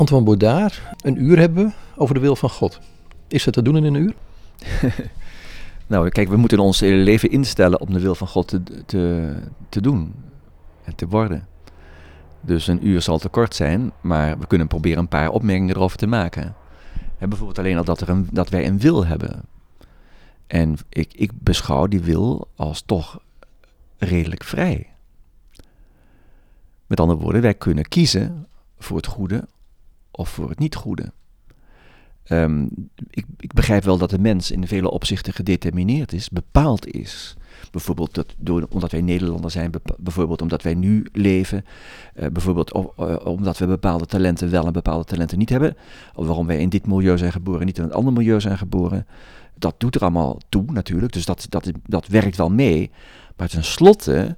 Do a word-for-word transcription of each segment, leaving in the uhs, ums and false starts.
Antoine Baudard, een uur hebben we over de wil van God. Is dat te doen in een uur? Nou, kijk, we moeten ons hele leven instellen om de wil van God te, te, te doen en te worden. Dus een uur zal te kort zijn, maar we kunnen proberen een paar opmerkingen erover te maken. En bijvoorbeeld alleen al dat, er een, dat wij een wil hebben. En ik, ik beschouw die wil als toch redelijk vrij. Met andere woorden, wij kunnen kiezen voor het goede of voor het niet goede. Um, ik, ik begrijp wel dat de mens in vele opzichten gedetermineerd is, bepaald is. Bijvoorbeeld dat door, omdat wij Nederlander zijn, bepa- bijvoorbeeld omdat wij nu leven, uh, bijvoorbeeld o, uh, omdat we bepaalde talenten wel en bepaalde talenten niet hebben, of waarom wij in dit milieu zijn geboren en niet in een ander milieu zijn geboren. Dat doet er allemaal toe natuurlijk, dus dat, dat, dat werkt wel mee. Maar tenslotte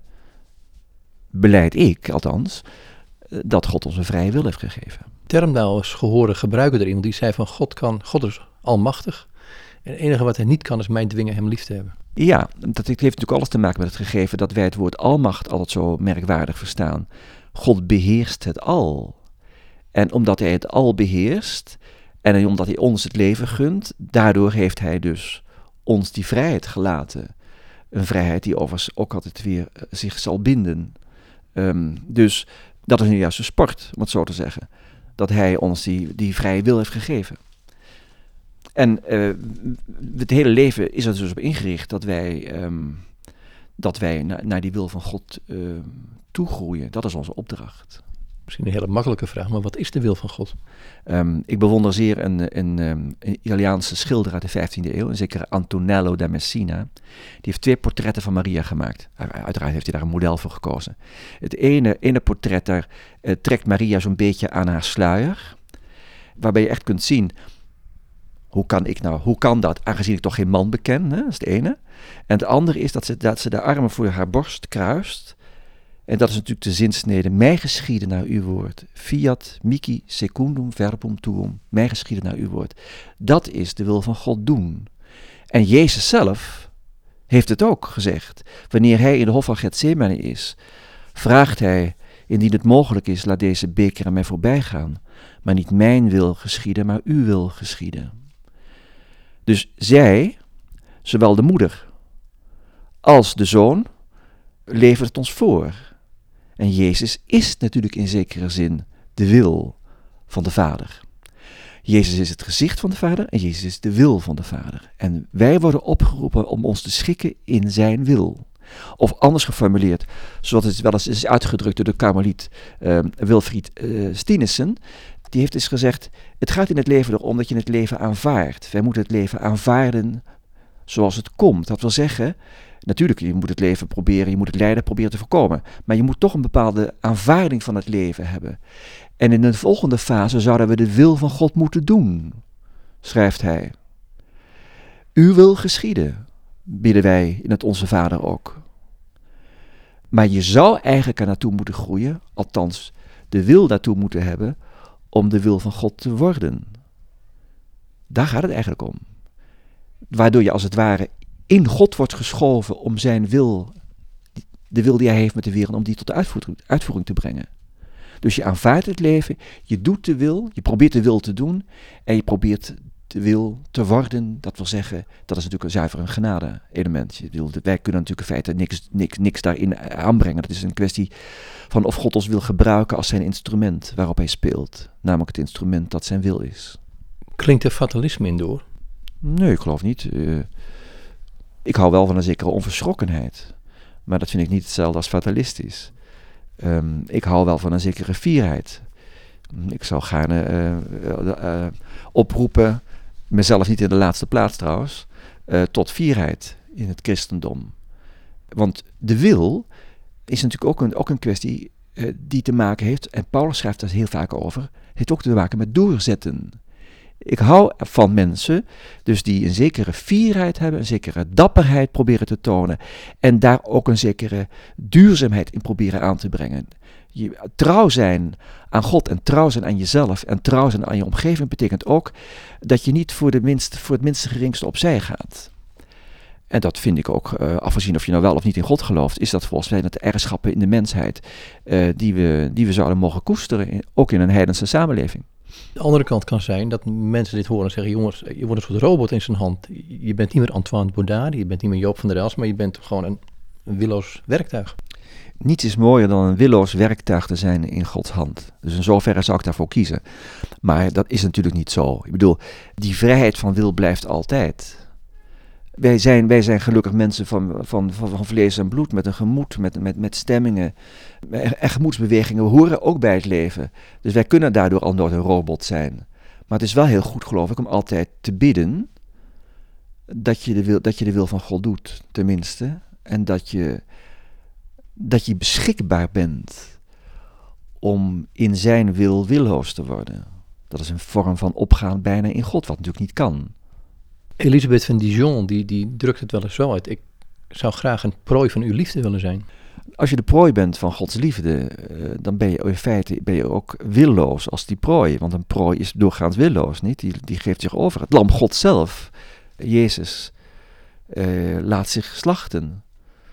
beleid ik, althans, uh, dat God ons een vrije wil heeft gegeven. Term nou eens gehoorde gebruiken er iemand die zei van God kan, God is almachtig. En het enige wat hij niet kan is mij dwingen hem lief te hebben. Ja, dat heeft natuurlijk alles te maken met het gegeven dat wij het woord almacht altijd zo merkwaardig verstaan. God beheerst het al. En omdat hij het al beheerst en omdat hij ons het leven gunt, daardoor heeft hij dus ons die vrijheid gelaten. Een vrijheid die overigens ook altijd weer zich zal binden. Um, dus dat is nu juist een sport, om het zo te zeggen. Dat hij ons die, die vrije wil heeft gegeven. En uh, het hele leven is er dus op ingericht dat wij, um, dat wij na, naar die wil van God uh, toegroeien. Dat is onze opdracht. Misschien een hele makkelijke vraag, maar wat is de wil van God? Um, ik bewonder zeer een, een, een Italiaanse schilder uit de vijftiende eeuw, een zekere Antonello da Messina. Die heeft twee portretten van Maria gemaakt. Uiteraard heeft hij daar een model voor gekozen. Het ene, ene portret, daar uh, trekt Maria zo'n beetje aan haar sluier, waarbij je echt kunt zien, hoe kan ik nou, hoe kan dat, aangezien ik toch geen man beken, hè? Dat is het ene. En het andere is dat ze, dat ze de armen voor haar borst kruist. En dat is natuurlijk de zinsnede, mij geschieden naar uw woord. Fiat mihi secundum verbum tuum, mij geschieden naar uw woord. Dat is de wil van God doen. En Jezus zelf heeft het ook gezegd. Wanneer hij in de hof van Gethsemane is, vraagt hij, indien het mogelijk is, laat deze beker aan mij voorbij gaan. Maar niet mijn wil geschieden, maar uw wil geschieden. Dus zij, zowel de moeder als de zoon, levert het ons voor. En Jezus is natuurlijk in zekere zin de wil van de Vader. Jezus is het gezicht van de Vader en Jezus is de wil van de Vader. En wij worden opgeroepen om ons te schikken in zijn wil. Of anders geformuleerd, zoals het wel eens is uitgedrukt door de Karmeliet uh, Wilfried uh, Stienissen. Die heeft eens gezegd, het gaat in het leven erom dat je het leven aanvaardt. Wij moeten het leven aanvaarden zoals het komt. Dat wil zeggen, natuurlijk, je moet het leven proberen, je moet het lijden proberen te voorkomen. Maar je moet toch een bepaalde aanvaarding van het leven hebben. En in de volgende fase zouden we de wil van God moeten doen, schrijft hij. Uw wil geschieden, bidden wij in het Onze Vader ook. Maar je zou eigenlijk er naartoe moeten groeien, althans de wil daartoe moeten hebben, om de wil van God te worden. Daar gaat het eigenlijk om. Waardoor je als het ware in God wordt geschoven om zijn wil, de wil die hij heeft met de wereld, om die tot de uitvoering, uitvoering te brengen. Dus je aanvaardt het leven, je doet de wil, je probeert de wil te doen en je probeert de wil te worden. Dat wil zeggen, dat is natuurlijk een zuiver een genade element. Je wil, wij kunnen natuurlijk in feite niks, niks, niks daarin aanbrengen. Dat is een kwestie van of God ons wil gebruiken als zijn instrument waarop hij speelt. Namelijk het instrument dat zijn wil is. Klinkt er fatalisme in door? Nee, ik geloof niet. Uh, ik hou wel van een zekere onverschrokkenheid. Maar dat vind ik niet hetzelfde als fatalistisch. Um, ik hou wel van een zekere fierheid. Ik zou gaarne uh, uh, uh, oproepen, mezelf niet in de laatste plaats trouwens, uh, tot fierheid in het christendom. Want de wil is natuurlijk ook een, ook een kwestie uh, die te maken heeft, en Paulus schrijft daar heel vaak over, heeft ook te maken met doorzetten. Ik hou van mensen, dus die een zekere fierheid hebben, een zekere dapperheid proberen te tonen en daar ook een zekere duurzaamheid in proberen aan te brengen. Je, trouw zijn aan God en trouw zijn aan jezelf en trouw zijn aan je omgeving betekent ook dat je niet voor, de minst, voor het minste geringste opzij gaat. En dat vind ik ook, uh, afgezien of je nou wel of niet in God gelooft, is dat volgens mij de eigenschappen in de mensheid uh, die, we, die we zouden mogen koesteren, in, ook in een heidense samenleving. De andere kant kan zijn dat mensen dit horen en zeggen, jongens, je wordt een soort robot in zijn hand. Je bent niet meer Antoine Boudard, je bent niet meer Joop van der Els, maar je bent gewoon een, een willoos werktuig. Niets is mooier dan een willoos werktuig te zijn in Gods hand. Dus in zoverre zou ik daarvoor kiezen. Maar dat is natuurlijk niet zo. Ik bedoel, die vrijheid van wil blijft altijd. Wij zijn, wij zijn gelukkig mensen van, van, van, van vlees en bloed, met een gemoed, met, met, met stemmingen en gemoedsbewegingen. We horen ook bij het leven. Dus wij kunnen daardoor al nooit een robot zijn. Maar het is wel heel goed, geloof ik, om altijd te bidden dat je de wil, dat je de wil van God doet, tenminste. En dat je, dat je beschikbaar bent om in zijn wil willoos te worden. Dat is een vorm van opgaan bijna in God, wat natuurlijk niet kan. Elisabeth van Dijon, die, die drukt het wel eens zo uit. Ik zou graag een prooi van uw liefde willen zijn. Als je de prooi bent van Gods liefde, uh, dan ben je in feite ben je ook willoos als die prooi. Want een prooi is doorgaans willoos, niet? Die, die geeft zich over. Het lam God zelf, Jezus, uh, laat zich slachten.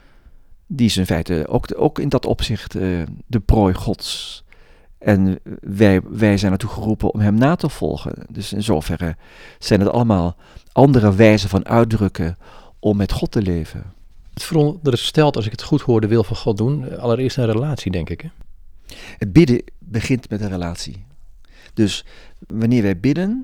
Die is in feite ook, ook in dat opzicht uh, de prooi Gods. En wij, wij zijn ertoe geroepen om hem na te volgen. Dus in zoverre zijn het allemaal andere wijzen van uitdrukken om met God te leven. Het veronderstelt, als ik het goed hoor, de wil van God doen, allereerst een relatie, denk ik. Hè? Het bidden begint met een relatie. Dus wanneer wij bidden,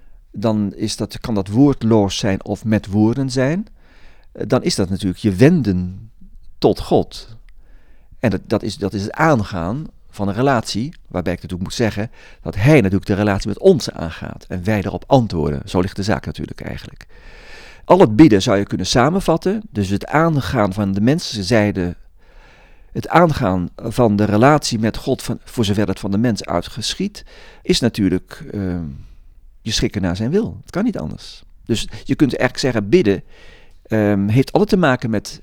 dan is dat, kan dat woordloos zijn of met woorden zijn. Dan is dat natuurlijk je wenden tot God. En dat, dat, is, dat is het aangaan van een relatie, waarbij ik natuurlijk moet zeggen dat hij natuurlijk de relatie met ons aangaat en wij daarop antwoorden. Zo ligt de zaak natuurlijk eigenlijk. Al het bidden zou je kunnen samenvatten, dus het aangaan van de menszijde, het aangaan van de relatie met God, van, voor zover het van de mens uitgeschiet, is natuurlijk uh, je schikken naar zijn wil. Het kan niet anders. Dus je kunt eigenlijk zeggen, bidden um, heeft altijd te maken met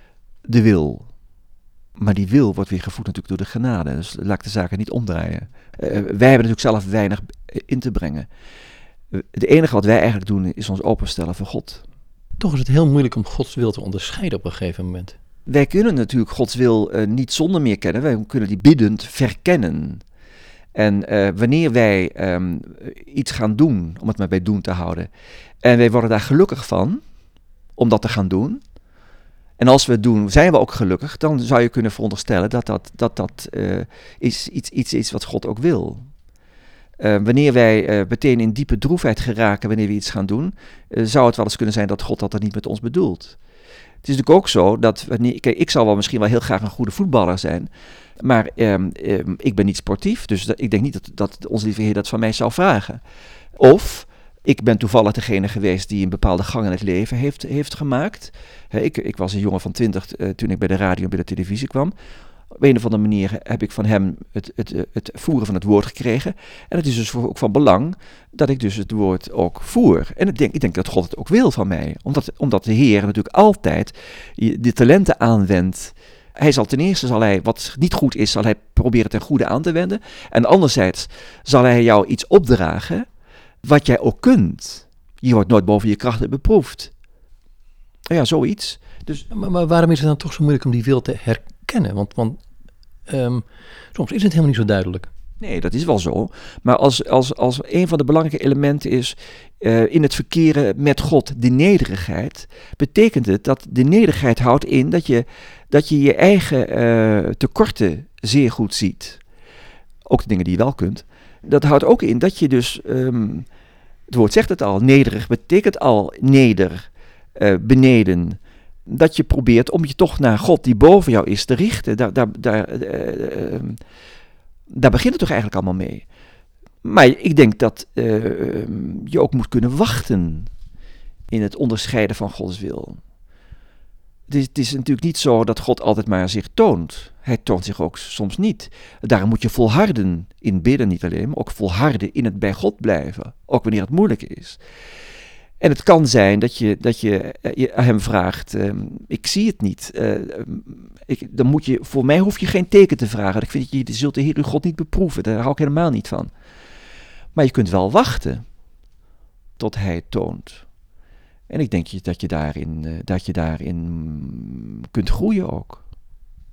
de wil. Maar die wil wordt weer gevoed natuurlijk door de genade. Dus laat ik de zaken niet omdraaien. Uh, wij hebben natuurlijk zelf weinig in te brengen. Uh, het enige wat wij eigenlijk doen is ons openstellen voor God. Toch is het heel moeilijk om Gods wil te onderscheiden op een gegeven moment. Wij kunnen natuurlijk Gods wil uh, niet zonder meer kennen. Wij kunnen die biddend verkennen. En uh, wanneer wij um, iets gaan doen, om het maar bij doen te houden, en wij worden daar gelukkig van, om dat te gaan doen. En als we het doen, zijn we ook gelukkig, dan zou je kunnen veronderstellen dat dat, dat, dat uh, is iets, iets is wat God ook wil. Uh, wanneer wij uh, meteen in diepe droefheid geraken wanneer we iets gaan doen, uh, zou het wel eens kunnen zijn dat God dat er niet met ons bedoelt. Het is natuurlijk ook zo dat, wanneer, kijk, ik zou wel misschien wel heel graag een goede voetballer zijn, maar um, um, ik ben niet sportief, dus dat, ik denk niet dat, dat onze lieve Heer dat van mij zou vragen. Of ik ben toevallig degene geweest die een bepaalde gang in het leven heeft, heeft gemaakt. He, ik, ik was een jongen van twintig uh, toen ik bij de radio en bij de televisie kwam. Op een of andere manier heb ik van hem het, het, het voeren van het woord gekregen. En het is dus ook van belang dat ik dus het woord ook voer. En ik denk, ik denk dat God het ook wil van mij. Omdat, omdat de Heer natuurlijk altijd de talenten aanwendt. Hij zal ten eerste, zal hij, wat niet goed is, zal hij proberen ten goede aan te wenden. En anderzijds zal hij jou iets opdragen wat jij ook kunt. Je wordt nooit boven je krachten beproefd. Ja, zoiets. Dus, maar, maar waarom is het dan toch zo moeilijk om die wil te herkennen? Want, want um, soms is het helemaal niet zo duidelijk. Nee, dat is wel zo. Maar als, als, als een van de belangrijke elementen is uh, in het verkeren met God de nederigheid, betekent het dat de nederigheid houdt in dat je dat je, je eigen uh, tekorten zeer goed ziet. Ook de dingen die je wel kunt. Dat houdt ook in dat je dus, um, het woord zegt het al, nederig betekent al neder, uh, beneden. Dat je probeert om je toch naar God die boven jou is te richten. Daar, daar, daar, uh, uh, daar begint het toch eigenlijk allemaal mee. Maar ik denk dat uh, je ook moet kunnen wachten in het onderscheiden van Gods wil. Het is, het is natuurlijk niet zo dat God altijd maar zich toont. Hij toont zich ook soms niet. Daarom moet je volharden in bidden niet alleen, maar ook volharden in het bij God blijven. Ook wanneer het moeilijk is. En het kan zijn dat je, dat je, je hem vraagt, um, ik zie het niet. Uh, ik, dan moet je, voor mij hoef je geen teken te vragen. Ik vind dat je zult de Heer uw God niet beproeven. Daar hou ik helemaal niet van. Maar je kunt wel wachten tot hij het toont. En ik denk dat je daarin, uh, dat je daarin kunt groeien ook.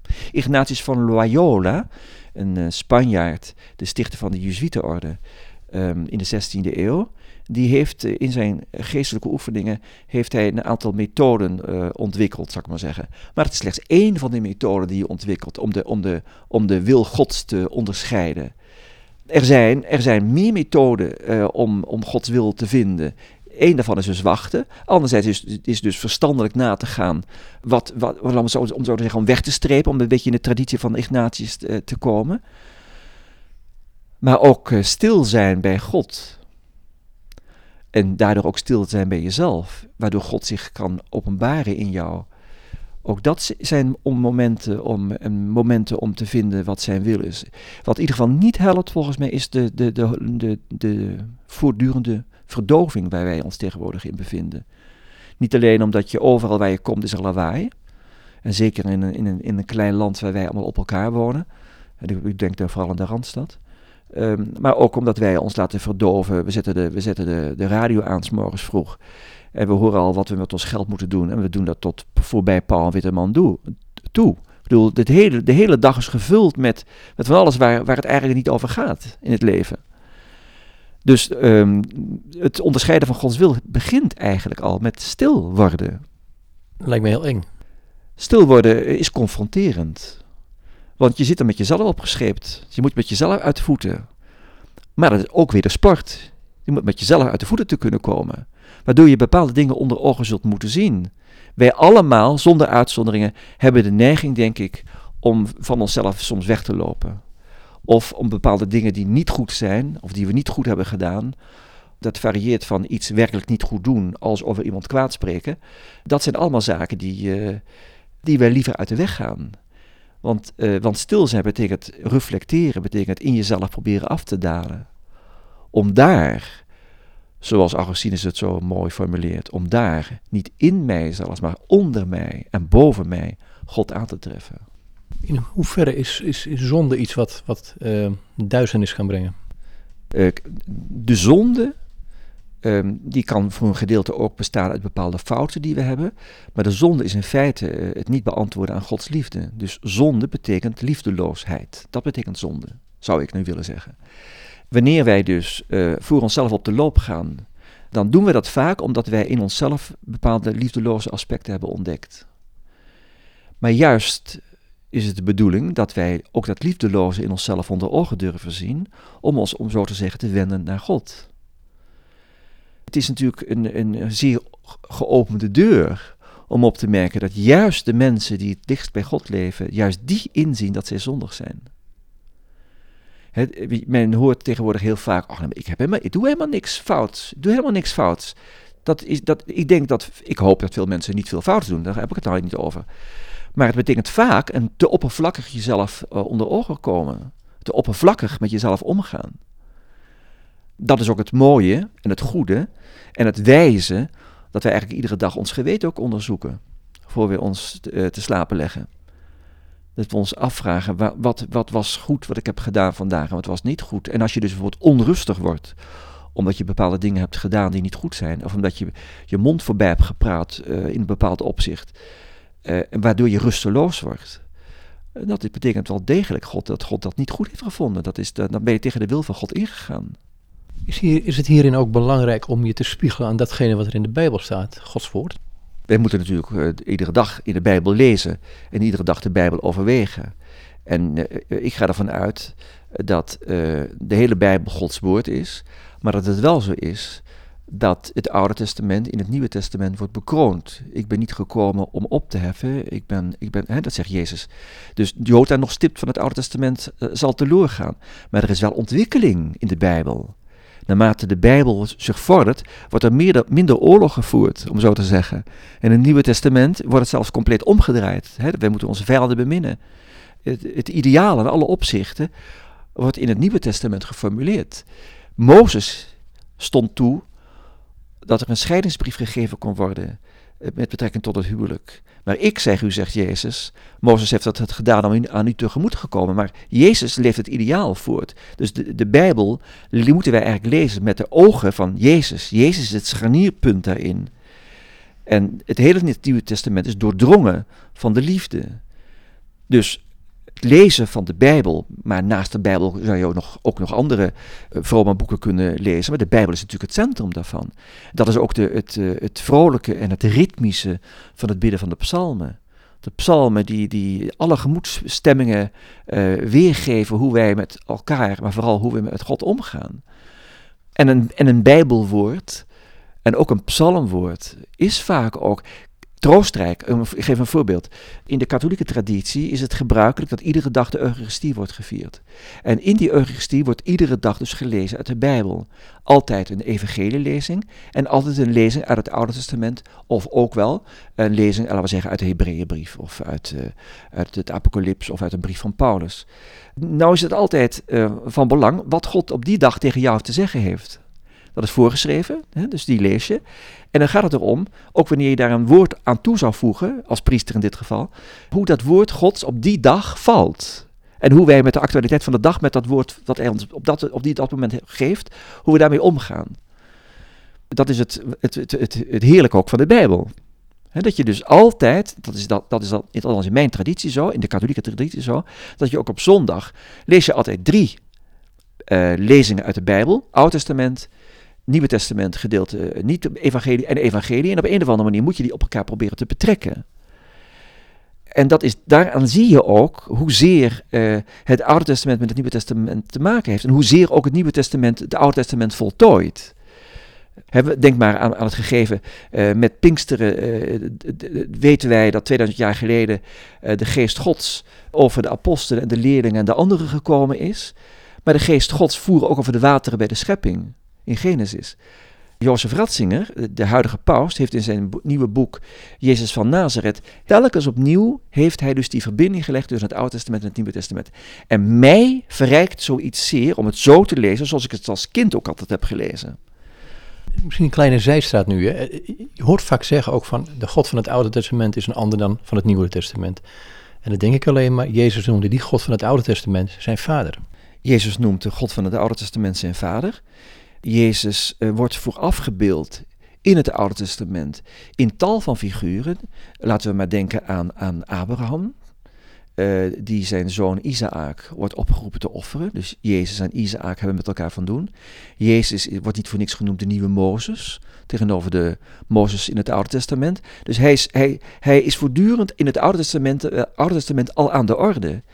Ignatius van Loyola, een uh, Spanjaard, de stichter van de Jezuïetenorde, um, in de zestiende eeuw. Die heeft uh, in zijn geestelijke oefeningen heeft hij een aantal methoden uh, ontwikkeld, zal ik maar zeggen. Maar het is slechts één van die methoden die je ontwikkelt om de, om de, om de wil Gods te onderscheiden. Er zijn, er zijn meer methoden uh, om, om Gods wil te vinden. Eén daarvan is dus wachten. Anderzijds is, is dus verstandelijk na te gaan. Wat, wat, om, zo, om zo te zeggen, om weg te strepen. Om een beetje in de traditie van Ignatius te, te komen. Maar ook uh, stil zijn bij God. En daardoor ook stil zijn bij jezelf. Waardoor God zich kan openbaren in jou. Ook dat zijn om momenten, om, momenten om te vinden wat zijn wil is. Wat in ieder geval niet helpt volgens mij is de, de, de, de, de voortdurende verdoving waar wij ons tegenwoordig in bevinden. Niet alleen omdat je overal waar je komt is er lawaai. En zeker in een, in een, in een klein land waar wij allemaal op elkaar wonen. Ik denk dan vooral aan de Randstad. Um, maar ook omdat wij ons laten verdoven. We zetten de, we zetten de, de radio aan 's morgens vroeg. En we horen al wat we met ons geld moeten doen. En we doen dat tot voorbij Paul en Witteman toe. toe. Ik bedoel, de hele, de hele dag is gevuld met, met van alles waar, waar het eigenlijk niet over gaat in het leven. Dus um, het onderscheiden van Gods wil begint eigenlijk al met stil worden. Lijkt me heel eng. Stil worden is confronterend. Want je zit er met jezelf opgescheept. Je moet met jezelf uit de voeten. Maar dat is ook weer de sport. Je moet met jezelf uit de voeten te kunnen komen. Waardoor je bepaalde dingen onder ogen zult moeten zien. Wij allemaal, zonder uitzonderingen, hebben de neiging, denk ik, om van onszelf soms weg te lopen. Of om bepaalde dingen die niet goed zijn, of die we niet goed hebben gedaan. Dat varieert van iets werkelijk niet goed doen, als over iemand kwaad spreken. Dat zijn allemaal zaken die, uh, die wij liever uit de weg gaan. Want, uh, want stil zijn betekent reflecteren, betekent in jezelf proberen af te dalen. Om daar, zoals Augustinus het zo mooi formuleert, om daar, niet in mij zelfs, maar onder mij en boven mij, God aan te treffen. In hoeverre is, is, is zonde iets wat, wat uh, duisternis kan brengen? Uh, de zonde, um, die kan voor een gedeelte ook bestaan uit bepaalde fouten die we hebben. Maar de zonde is in feite uh, het niet beantwoorden aan Gods liefde. Dus zonde betekent liefdeloosheid. Dat betekent zonde, zou ik nu willen zeggen. Wanneer wij dus uh, voor onszelf op de loop gaan, dan doen we dat vaak omdat wij in onszelf bepaalde liefdeloze aspecten hebben ontdekt. Maar juist is het de bedoeling dat wij ook dat liefdeloze in onszelf onder ogen durven zien, om ons, om zo te zeggen, te wenden naar God. Het is natuurlijk een, een zeer geopende deur om op te merken dat juist de mensen die het dichtst bij God leven, juist die inzien dat zij zondig zijn. Het, men hoort tegenwoordig heel vaak, ach, ik, heb helemaal, ik doe helemaal niks fouts, ik doe helemaal niks fouts. Dat is, dat, ik denk dat, ik hoop dat veel mensen niet veel fouten doen, daar heb ik het nou niet over. Maar het betekent vaak een te oppervlakkig jezelf uh, onder ogen komen. Te oppervlakkig met jezelf omgaan. Dat is ook het mooie en het goede en het wijze dat wij eigenlijk iedere dag ons geweten ook onderzoeken. Voor we ons te, uh, te slapen leggen. Dat we ons afvragen, wa, wat, wat was goed wat ik heb gedaan vandaag en wat was niet goed. En als je dus bijvoorbeeld onrustig wordt, omdat je bepaalde dingen hebt gedaan die niet goed zijn. Of omdat je je mond voorbij hebt gepraat uh, in een bepaald opzicht. Uh, waardoor je rusteloos wordt. Uh, dat betekent wel degelijk God, dat God dat niet goed heeft gevonden. Dat is de, dan ben je tegen de wil van God ingegaan. Is, hier, is het hierin ook belangrijk om je te spiegelen aan datgene wat er in de Bijbel staat, Gods woord? Wij moeten natuurlijk uh, iedere dag in de Bijbel lezen en iedere dag de Bijbel overwegen. En uh, ik ga ervan uit dat uh, de hele Bijbel Gods woord is, maar dat het wel zo is dat het Oude Testament in het Nieuwe Testament wordt bekroond. Ik ben niet gekomen om op te heffen, ik ben, ik ben, hè, dat zegt Jezus. Dus Jota nog stipt van het Oude Testament uh, zal teloor gaan. Maar er is wel ontwikkeling in de Bijbel. Naarmate de Bijbel zich vordert, wordt er meer, minder oorlog gevoerd, om zo te zeggen. En in het Nieuwe Testament wordt het zelfs compleet omgedraaid. Hè? Wij moeten onze vijanden beminnen. Het, het ideaal in alle opzichten wordt in het Nieuwe Testament geformuleerd. Mozes stond toe dat er een scheidingsbrief gegeven kon worden met betrekking tot het huwelijk. Maar ik zeg u, zegt Jezus, Mozes heeft dat het gedaan om aan u tegemoet gekomen, maar Jezus leeft het ideaal voort. Dus de, de Bijbel die moeten wij eigenlijk lezen met de ogen van Jezus. Jezus is het scharnierpunt daarin. En het hele Nieuwe Testament is doordrongen van de liefde. Dus het lezen van de Bijbel, maar naast de Bijbel zou je ook nog, ook nog andere uh, vrome boeken kunnen lezen, maar de Bijbel is natuurlijk het centrum daarvan. Dat is ook de, het, uh, het vrolijke en het ritmische van het bidden van de psalmen. De psalmen die, die alle gemoedsstemmingen uh, weergeven hoe wij met elkaar, maar vooral hoe we met God omgaan. En een, en een Bijbelwoord, en ook een psalmwoord, is vaak ook troostrijk. Ik geef een voorbeeld. In de katholieke traditie is het gebruikelijk dat iedere dag de Eucharistie wordt gevierd. En in die Eucharistie wordt iedere dag dus gelezen uit de Bijbel. Altijd een evangelielezing en altijd een lezing uit het Oude Testament. Of ook wel een lezing, laten we zeggen, uit de Hebreeënbrief of uit, uh, uit het Apocalyps of uit een brief van Paulus. Nou is het altijd uh, van belang wat God op die dag tegen jou te zeggen heeft. Dat is voorgeschreven, hè, dus die lees je. En dan gaat het erom, ook wanneer je daar een woord aan toe zou voegen, als priester in dit geval, hoe dat woord Gods op die dag valt. En hoe wij met de actualiteit van de dag, met dat woord dat hij ons op dat, op die, dat moment geeft, hoe we daarmee omgaan. Dat is het, het, het, het, het heerlijke ook van de Bijbel. He, dat je dus altijd, dat is, dat, dat is dat, althans in mijn traditie zo, in de katholieke traditie zo, dat je ook op zondag lees je altijd drie uh, lezingen uit de Bijbel, Oud Testament, Nieuwe Testament gedeelte, niet de evangelie en de evangelie. En op een of andere manier moet je die op elkaar proberen te betrekken. En dat is, daaraan zie je ook hoezeer uh, het Oude Testament met het Nieuwe Testament te maken heeft. En hoezeer ook het Nieuwe Testament het Oude Testament voltooit. He, denk maar aan, aan het gegeven uh, met Pinksteren. Uh, d- d- weten wij dat tweeduizend jaar geleden uh, de geest Gods over de apostelen en de leerlingen en de anderen gekomen is. Maar de geest Gods voer ook over de wateren bij de schepping. In Genesis. Jozef Ratzinger, de huidige paus, heeft in zijn bo- nieuwe boek Jezus van Nazareth, telkens opnieuw heeft hij dus die verbinding gelegd tussen het Oude Testament en het Nieuwe Testament. En mij verrijkt zoiets zeer om het zo te lezen zoals ik het als kind ook altijd heb gelezen. Misschien een kleine zijstraat nu. Hè? Je hoort vaak zeggen ook van de God van het Oude Testament is een ander dan van het Nieuwe Testament. En dan denk ik alleen maar, Jezus noemde die God van het Oude Testament zijn vader. Jezus noemt de God van het Oude Testament zijn vader. Jezus uh, wordt voorafgebeeld in het Oude Testament in tal van figuren. Laten we maar denken aan, aan Abraham, uh, die zijn zoon Isaac wordt opgeroepen te offeren. Dus Jezus en Isaac hebben met elkaar van doen. Jezus wordt niet voor niks genoemd de nieuwe Mozes, tegenover de Mozes in het Oude Testament. Dus hij is, hij, hij is voortdurend in het Oude Testament, uh, Oude Testament al aan de orde.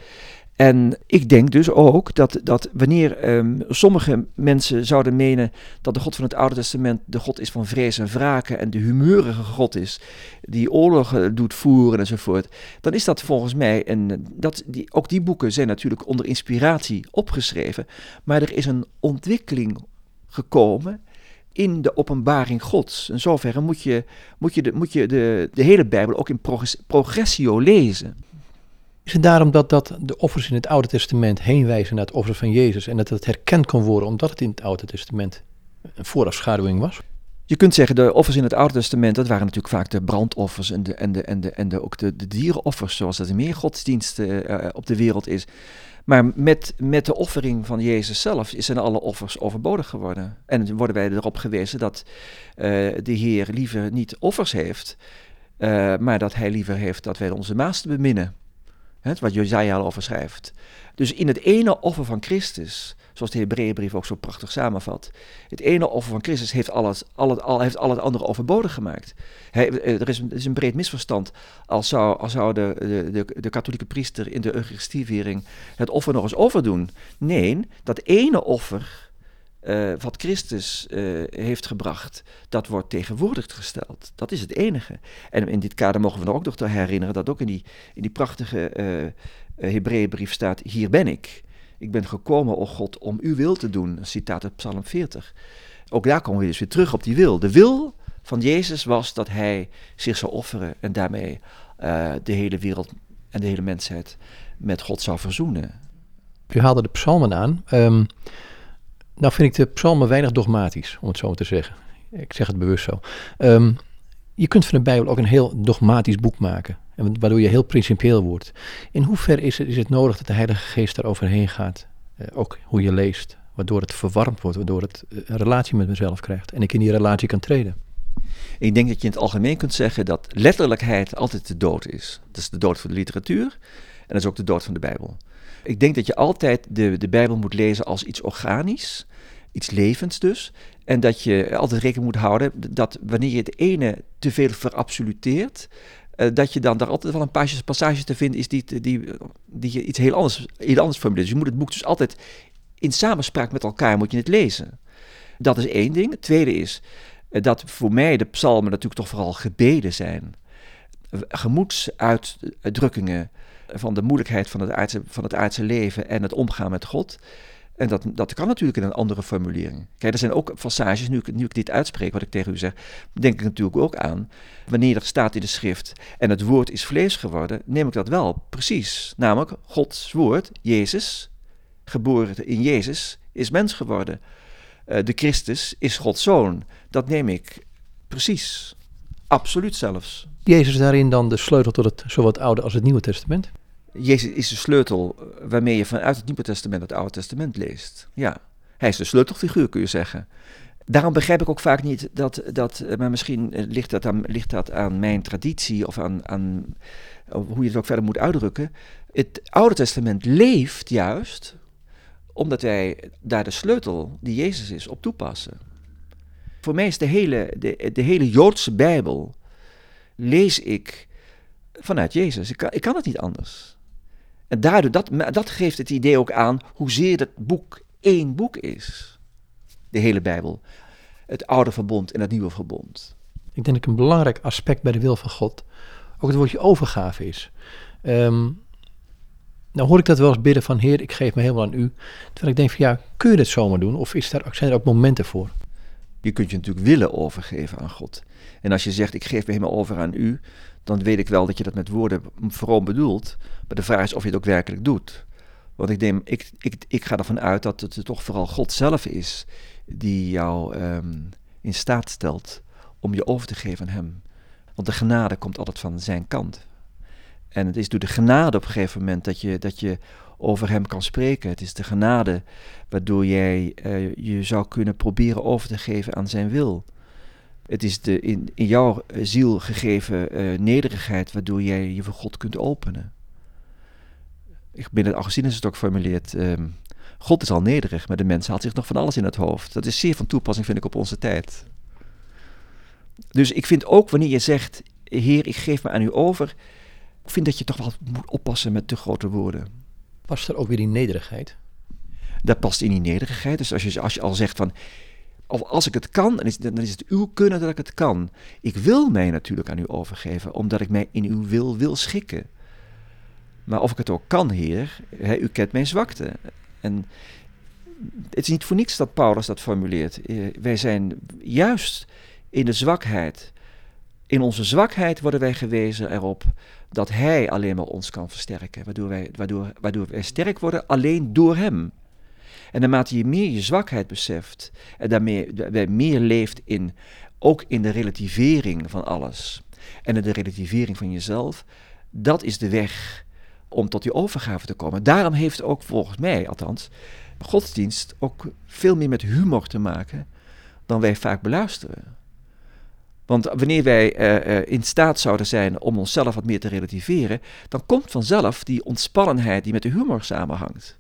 En ik denk dus ook dat, dat wanneer um, sommige mensen zouden menen dat de God van het Oude Testament de God is van vrees en wraken en de humeurige God is, die oorlogen doet voeren enzovoort, dan is dat volgens mij, en dat, die, ook die boeken zijn natuurlijk onder inspiratie opgeschreven, maar er is een ontwikkeling gekomen in de openbaring Gods. In zoverre moet je, moet je, de, moet je de, de hele Bijbel ook in progress, progressio lezen. Is het daarom dat, dat de offers in het Oude Testament heen wijzen naar het offer van Jezus en dat het herkend kon worden omdat het in het Oude Testament een voorafschaduwing was? Je kunt zeggen, de offers in het Oude Testament, dat waren natuurlijk vaak de brandoffers en, de, en, de, en, de, en de, ook de, de dierenoffers, zoals dat in meer godsdiensten uh, op de wereld is. Maar met, met de offering van Jezus zelf zijn alle offers overbodig geworden. En worden wij erop gewezen dat uh, de Heer liever niet offers heeft, uh, maar dat hij liever heeft dat wij onze naasten beminnen. He, wat Jesaja al over schrijft. Dus in het ene offer van Christus, zoals de Hebreeënbrief ook zo prachtig samenvat, het ene offer van Christus heeft al het, al het, al, heeft al het andere overbodig gemaakt. Hij, er, is een, er is een breed misverstand als zou, als zou de, de, de, de katholieke priester in de Eucharistieviering het offer nog eens overdoen. Nee, dat ene offer Uh, wat Christus uh, heeft gebracht, dat wordt tegenwoordig gesteld. Dat is het enige. En in dit kader mogen we er ook nog te herinneren dat ook in die, in die prachtige uh, uh, Hebreeënbrief staat, hier ben ik. Ik ben gekomen, o God, om uw wil te doen. Een citaat uit Psalm veertig. Ook daar komen we dus weer terug op die wil. De wil van Jezus was dat hij zich zou offeren en daarmee uh, de hele wereld en de hele mensheid met God zou verzoenen. U haalde de psalmen aan. Um, nou vind ik de psalmen weinig dogmatisch, om het zo maar te zeggen. Ik zeg het bewust zo. Um, je kunt van de Bijbel ook een heel dogmatisch boek maken, waardoor je heel principieel wordt. In hoeverre is het, is het nodig dat de Heilige Geest daar overheen gaat? Uh, ook hoe je leest, waardoor het verwarmd wordt, waardoor het uh, een relatie met mezelf krijgt en ik in die relatie kan treden. Ik denk dat je in het algemeen kunt zeggen dat letterlijkheid altijd de dood is. Dat is de dood voor de literatuur. dat is ook de dood van de Bijbel. Ik denk dat je altijd de, de Bijbel moet lezen als iets organisch, iets levends dus. En dat je altijd rekening moet houden dat wanneer je het ene te veel verabsoluteert, uh, dat je dan daar altijd wel een passage, passage te vinden is die, die, die je iets heel anders, heel anders formuleert. Dus je moet het boek dus altijd in samenspraak met elkaar moet je het lezen. Dat is één ding. Het tweede is uh, dat voor mij de psalmen natuurlijk toch vooral gebeden zijn. Gemoedsuitdrukkingen van de moeilijkheid van het aardse, van het aardse leven en het omgaan met God. En dat, dat kan natuurlijk in een andere formulering. Kijk, er zijn ook passages, nu ik, nu ik dit uitspreek, wat ik tegen u zeg, denk ik natuurlijk ook aan. Wanneer er staat in de schrift, en het woord is vlees geworden, neem ik dat wel precies. Namelijk, Gods woord, Jezus, geboren in Jezus, is mens geworden. Uh, de Christus is Gods zoon. Dat neem ik precies. Absoluut zelfs. Jezus daarin dan de sleutel tot het zowel het Oude als het Nieuwe Testament? Jezus is de sleutel waarmee je vanuit het Nieuwe Testament het Oude Testament leest. Ja, hij is de sleutelfiguur, kun je zeggen. Daarom begrijp ik ook vaak niet dat, dat maar misschien ligt dat aan, ligt dat aan mijn traditie of aan, aan hoe je het ook verder moet uitdrukken. Het Oude Testament leeft juist omdat wij daar de sleutel die Jezus is op toepassen. Voor mij is de hele, de, de hele Joodse Bijbel lees ik vanuit Jezus. Ik kan, ik kan het niet anders. En daardoor, dat, dat geeft het idee ook aan hoezeer dat boek één boek is. De hele Bijbel. Het Oude Verbond en het Nieuwe Verbond. Ik denk dat een belangrijk aspect bij de wil van God ook het woordje overgave is. Um, nou hoor ik dat wel eens bidden van Heer, ik geef me helemaal aan u. Terwijl ik denk van ja, kun je dit zomaar doen? Of is daar, zijn er ook momenten voor? Je kunt je natuurlijk willen overgeven aan God. En als je zegt, ik geef me helemaal over aan u, dan weet ik wel dat je dat met woorden vroom bedoelt. Maar de vraag is of je het ook werkelijk doet. Want ik, denk, ik, ik, ik ga ervan uit dat het toch vooral God zelf is die jou um, in staat stelt om je over te geven aan hem. Want de genade komt altijd van zijn kant. En het is door de genade op een gegeven moment dat je, dat je over hem kan spreken. Het is de genade waardoor jij uh, je zou kunnen proberen over te geven aan zijn wil. Het is de in, in jouw ziel gegeven uh, nederigheid waardoor jij je voor God kunt openen. Binnen Augustinus is het ook formuleerd, um, God is al nederig, maar de mens haalt zich nog van alles in het hoofd. Dat is zeer van toepassing, vind ik, op onze tijd. Dus ik vind ook wanneer je zegt, Heer, ik geef me aan u over, ik vind dat je toch wel moet oppassen met te grote woorden. Past er ook weer die nederigheid? Dat past in die nederigheid. Dus als je, als je al zegt van, als ik het kan, dan is, dan is het uw kunnen dat ik het kan. Ik wil mij natuurlijk aan u overgeven, omdat ik mij in uw wil wil schikken. Maar of ik het ook kan, Heer, hè, u kent mijn zwakte. En het is niet voor niks dat Paulus dat formuleert. Uh, wij zijn juist in de zwakheid. In onze zwakheid worden wij gewezen erop dat hij alleen maar ons kan versterken. Waardoor wij, waardoor, waardoor wij sterk worden alleen door hem. En naarmate je meer je zwakheid beseft en daarmee wij meer leeft in, ook in de relativering van alles en in de relativering van jezelf, dat is de weg om tot die overgave te komen. Daarom heeft ook volgens mij, althans, godsdienst ook veel meer met humor te maken dan wij vaak beluisteren. Want wanneer wij uh, uh, in staat zouden zijn om onszelf wat meer te relativeren, dan komt vanzelf die ontspannenheid die met de humor samenhangt.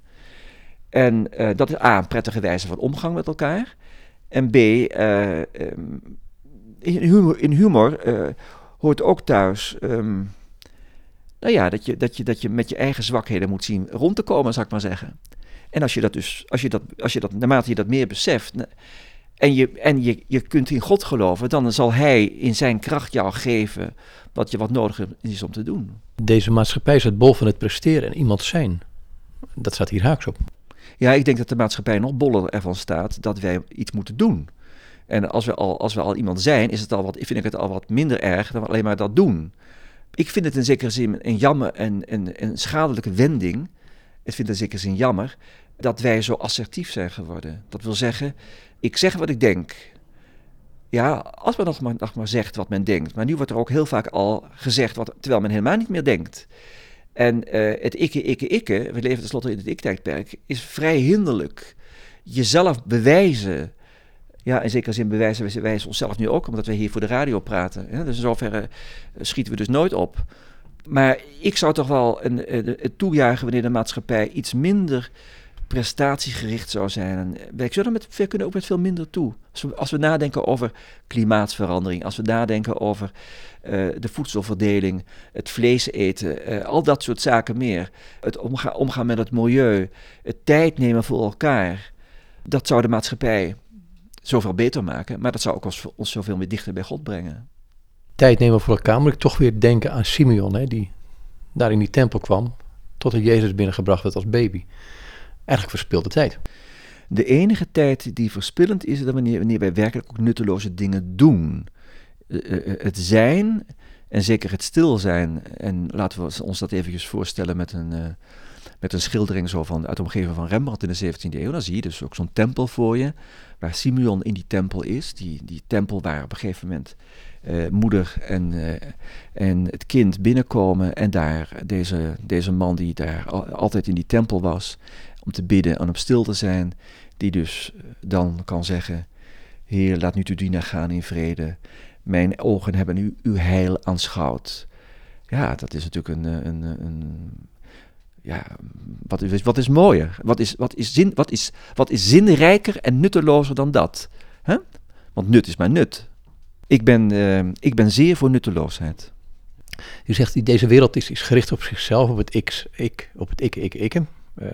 En uh, dat is A, een prettige wijze van omgang met elkaar. En B, uh, um, in humor, in humor uh, hoort ook thuis, um, nou ja, dat je, dat, je, dat je met je eigen zwakheden moet zien rond te komen, zou ik maar zeggen. En als je dat dus, als je dat, als je dat, naarmate je dat meer beseft, en je, en je, je kunt in God geloven, dan zal hij in zijn kracht jou geven wat je wat nodig is om te doen. Deze maatschappij is het bol van het presteren en iemand zijn. Dat staat hier haaks op. Ja, ik denk dat de maatschappij nog boller ervan staat dat wij iets moeten doen. En als we al, als we al iemand zijn, is het al wat, vind ik het al wat minder erg dan alleen maar dat doen. Ik vind het in zekere zin een jammer en een, een schadelijke wending. Ik vind het in zekere zin jammer dat wij zo assertief zijn geworden. Dat wil zeggen, ik zeg wat ik denk. Ja, als men nog maar, nog maar zegt wat men denkt. Maar nu wordt er ook heel vaak al gezegd, wat, terwijl men helemaal niet meer denkt. En uh, het ikke, ikke, ikke, we leven tenslotte in het ik-tijdperk, is vrij hinderlijk. Jezelf bewijzen. Ja, in zekere zin bewijzen wij onszelf nu ook, omdat wij hier voor de radio praten. Ja, dus in zoverre schieten we dus nooit op. Maar ik zou toch wel een, een, een toejuichen wanneer de maatschappij iets minder prestatiegericht zou zijn. En wij kunnen, met, wij kunnen ook met veel minder toe. Als we, als we nadenken over klimaatverandering, als we nadenken over uh, de voedselverdeling, het vlees eten, uh, al dat soort zaken meer. Het omga, omgaan met het milieu, het tijd nemen voor elkaar. Dat zou de maatschappij zoveel beter maken, maar dat zou ook ons, ons zoveel meer dichter bij God brengen. Tijd nemen voor elkaar, moet ik toch weer denken aan Simeon, hè, die daar in die tempel kwam, totdat Jezus binnengebracht werd als baby. Eigenlijk verspilde tijd. De enige tijd die verspillend is, is dat wanneer, wanneer wij werkelijk ook nutteloze dingen doen. Uh, uh, het zijn, en zeker het stil zijn, en laten we ons dat eventjes voorstellen met een, uh, met een schildering zo van, uit de omgeving van Rembrandt in de zeventiende eeuw. Dan zie je dus ook zo'n tempel voor je, waar Simeon in die tempel is. Die, die tempel waar op een gegeven moment uh, moeder en, uh, en het kind binnenkomen en daar deze, deze man die daar al, altijd in die tempel was, om te bidden en op stil te zijn, die dus dan kan zeggen: Heer, laat nu uw dienaar gaan in vrede. Mijn ogen hebben u uw heil aanschouwd. Ja, dat is natuurlijk een, een, een ja, wat is, wat is mooier? Wat is, wat, is zin, wat, is, wat is zinrijker en nuttelozer dan dat? Huh? Want nut is maar nut. Ik ben, uh, ik ben zeer voor nutteloosheid. U zegt, deze wereld is, is gericht op zichzelf, op het ik, ik, op het ik, ik, ik. Uh,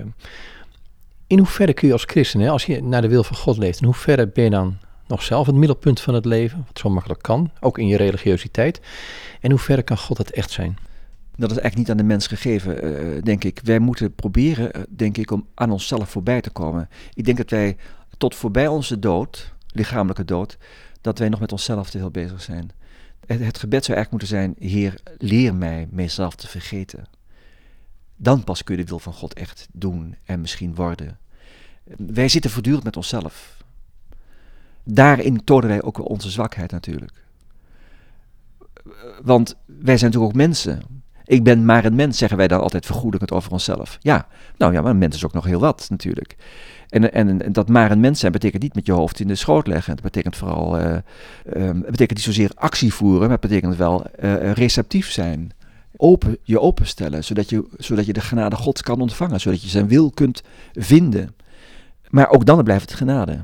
in hoeverre kun je als christen, hè, als je naar de wil van God leeft, in hoeverre ben je dan nog zelf het middelpunt van het leven, wat zo makkelijk kan, ook in je religiositeit, en in hoeverre kan God het echt zijn? Dat is eigenlijk niet aan de mens gegeven, uh, denk ik. Wij moeten proberen, uh, denk ik, om aan onszelf voorbij te komen. Ik denk dat wij tot voorbij onze dood, lichamelijke dood, dat wij nog met onszelf te veel bezig zijn. Het, het gebed zou eigenlijk moeten zijn: Heer, leer mij mijzelf te vergeten. Dan pas kun je de wil van God echt doen en misschien worden. Wij zitten voortdurend met onszelf. Daarin tonen wij ook wel onze zwakheid natuurlijk. Want wij zijn natuurlijk ook mensen. Ik ben maar een mens, zeggen wij dan altijd vergoedelijkend over onszelf. Ja, nou ja, maar een mens is ook nog heel wat natuurlijk. En, en, en dat maar een mens zijn betekent niet met je hoofd in de schoot leggen. Het betekent vooral, uh, um, het betekent niet zozeer actie voeren, maar het betekent wel uh, receptief zijn. Open, je openstellen, zodat je, zodat je de genade Gods kan ontvangen, zodat je zijn wil kunt vinden. Maar ook dan blijft het genade.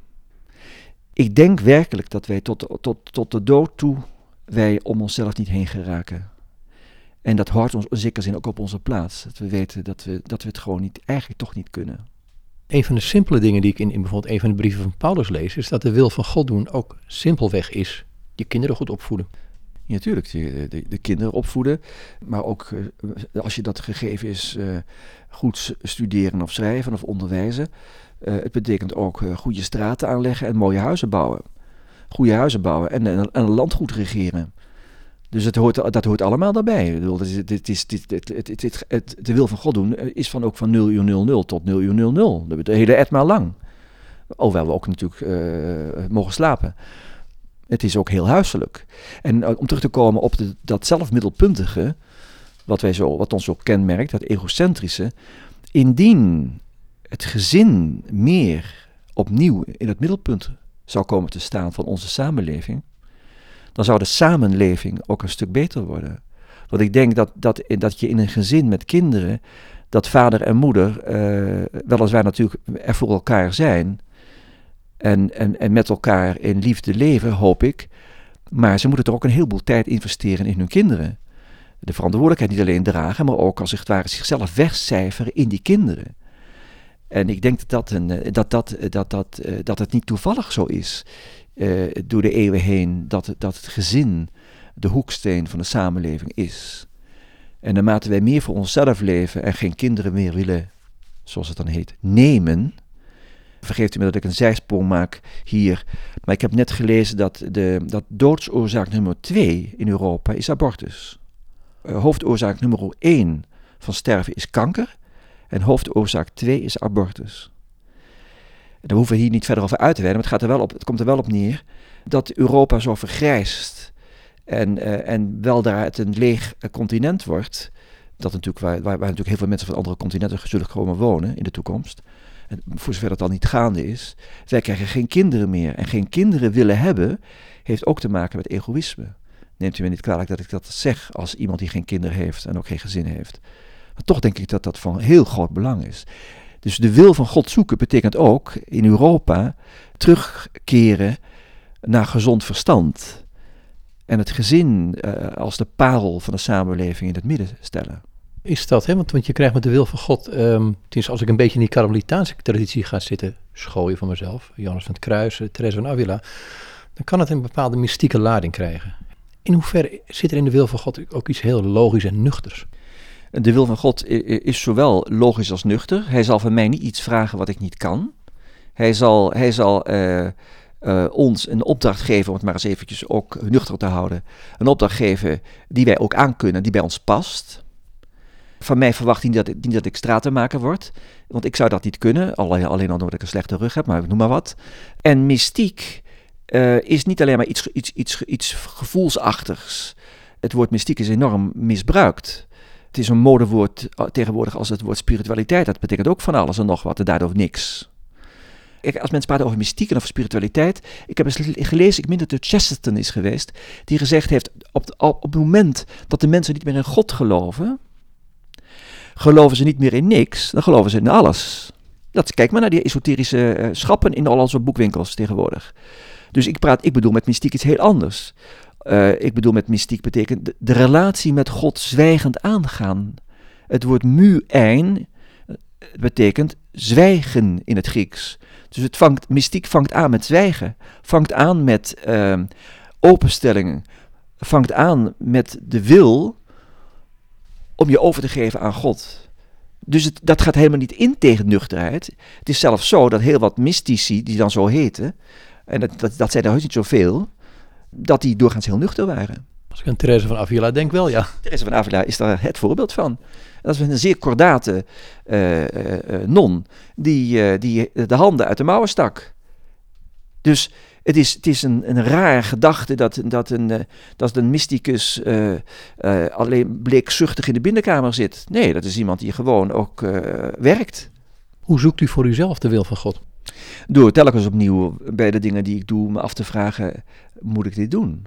Ik denk werkelijk dat wij tot, tot, tot de dood toe, wij om onszelf niet heen geraken. En dat hoort ons in zekere zin ook op onze plaats. Dat we weten dat we, dat we het gewoon niet, eigenlijk toch niet kunnen. Een van de simpele dingen die ik in, in bijvoorbeeld een van de brieven van Paulus lees, is dat de wil van God doen ook simpelweg is: je kinderen goed opvoeden. Ja, natuurlijk, de, de, de kinderen opvoeden, maar ook uh, als je dat gegeven is, uh, goed studeren of schrijven of onderwijzen. Uh, het betekent ook uh, goede straten aanleggen en mooie huizen bouwen. Goede huizen bouwen en, en, en een land goed regeren. Dus het hoort, dat hoort allemaal daarbij. Ik bedoel, het is, het is, het, het, het, het, het, het, de wil van God doen is van ook van nul uur nul nul tot nul uur nul nul. De hele etmaal lang. Hoewel we ook natuurlijk uh, mogen slapen. Het is ook heel huiselijk. En uh, om terug te komen op de, dat zelfmiddelpuntige, wat, wij zo, wat ons ook kenmerkt, dat egocentrische. Indien het gezin meer opnieuw in het middelpunt zou komen te staan van onze samenleving, dan zou de samenleving ook een stuk beter worden. Want ik denk dat, dat, dat je in een gezin met kinderen, dat vader en moeder uh, weliswaar natuurlijk er voor elkaar zijn en, en, en met elkaar in liefde leven, hoop ik, maar ze moeten er ook een heleboel tijd investeren in hun kinderen. De verantwoordelijkheid niet alleen dragen, maar ook als het ware zichzelf wegcijferen in die kinderen. En ik denk dat, dat, een, dat, dat, dat, dat, dat het niet toevallig zo is, uh, door de eeuwen heen, dat, dat het gezin de hoeksteen van de samenleving is. En naarmate wij meer voor onszelf leven en geen kinderen meer willen, zoals het dan heet, nemen. Vergeeft u me dat ik een zijsprong maak hier, maar ik heb net gelezen dat de dat doodsoorzaak nummer twee in Europa is abortus. Uh, hoofdoorzaak nummer één van sterven is kanker. En hoofdoorzaak twee is abortus. Daar hoeven we hier niet verder over uit te wijden, maar het, gaat er wel op, het komt er wel op neer dat Europa zo vergrijst en, uh, en weldra het een leeg uh, continent wordt, dat natuurlijk, waar, waar, waar natuurlijk heel veel mensen van andere continenten zullen komen wonen in de toekomst. En voor zover dat al niet gaande is, wij krijgen geen kinderen meer. En geen kinderen willen hebben, heeft ook te maken met egoïsme. Neemt u me niet kwalijk dat ik dat zeg als iemand die geen kinderen heeft en ook geen gezin heeft. Maar toch denk ik dat dat van heel groot belang is. Dus de wil van God zoeken betekent ook in Europa terugkeren naar gezond verstand. En het gezin uh, als de parel van de samenleving in het midden stellen. Is dat, hè? Want, want je krijgt met de wil van God, um, als ik een beetje in die Karmelitaanse traditie ga zitten schooien van mezelf, Johannes van het Kruis, Therese van Avila, dan kan het een bepaalde mystieke lading krijgen. In hoeverre zit er in de wil van God ook iets heel logisch en nuchters? De wil van God is zowel logisch als nuchter. Hij zal van mij niet iets vragen wat ik niet kan. Hij zal, hij zal uh, uh, ons een opdracht geven, om het maar eens eventjes ook nuchter te houden. Een opdracht geven die wij ook aankunnen, die bij ons past. Van mij verwacht hij niet dat, niet dat ik stratenmaker word, want ik zou dat niet kunnen, alleen, alleen al omdat ik een slechte rug heb, maar ik noem maar wat. En mystiek uh, is niet alleen maar iets, iets, iets, iets gevoelsachtigs. Het woord mystiek is enorm misbruikt. Het is een modewoord tegenwoordig als het woord spiritualiteit. Dat betekent ook van alles en nog wat en daardoor niks. Als mensen praten over mystiek en over spiritualiteit. Ik heb eens gelezen, ik meen dat het Chesterton is geweest, die gezegd heeft, op, op het moment dat de mensen niet meer in God geloven, geloven ze niet meer in niks, dan geloven ze in alles. Dat, kijk maar naar die esoterische uh, schappen in al onze boekwinkels tegenwoordig. Dus ik, praat, ik bedoel met mystiek iets heel anders. Uh, ik bedoel met mystiek betekent de, de relatie met God zwijgend aangaan. Het woord mu'ein betekent zwijgen in het Grieks. Dus het vangt, mystiek vangt aan met zwijgen. Vangt aan met uh, openstellingen. Vangt aan met de wil om je over te geven aan God. Dus het, dat gaat helemaal niet in tegen nuchterheid. Het is zelfs zo dat heel wat mystici, die dan zo heten, en dat, dat, dat zijn er heus niet zoveel, dat die doorgaans heel nuchter waren. Als ik aan Therese van Avila denk wel, ja. Therese van Avila is daar het voorbeeld van. Dat is een zeer kordate uh, uh, uh, non die, uh, die de handen uit de mouwen stak. Dus het is, het is een, een rare gedachte dat, dat, een, uh, dat een mysticus uh, uh, alleen bleekzuchtig in de binnenkamer zit. Nee, dat is iemand die gewoon ook uh, werkt. Hoe zoekt u voor uzelf de wil van God? Door telkens opnieuw bij de dingen die ik doe me af te vragen, moet ik dit doen?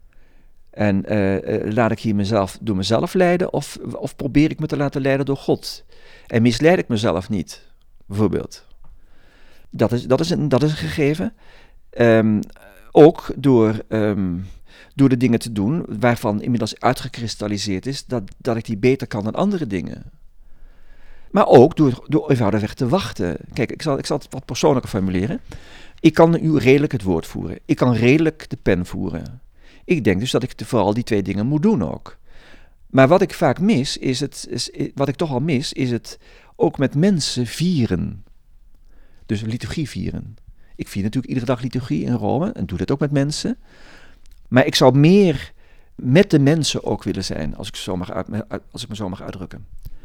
En uh, uh, laat ik hier mezelf door mezelf leiden of, of probeer ik me te laten leiden door God? En misleid ik mezelf niet, bijvoorbeeld. Dat is, dat is, een, dat is een gegeven. Um, ook door, um, door de dingen te doen waarvan inmiddels uitgekristalliseerd is dat, dat ik die beter kan dan andere dingen. Maar ook door, door eenvoudigweg te wachten. Kijk, ik zal, ik zal het wat persoonlijker formuleren. Ik kan u redelijk het woord voeren. Ik kan redelijk de pen voeren. Ik denk dus dat ik vooral die twee dingen moet doen ook. Maar wat ik vaak mis, is het, is, wat ik toch al mis, is het ook met mensen vieren. Dus liturgie vieren. Ik vier natuurlijk iedere dag liturgie in Rome en doe dat ook met mensen. Maar ik zou meer met de mensen ook willen zijn, als ik, zo mag uit, als ik me zo mag uitdrukken.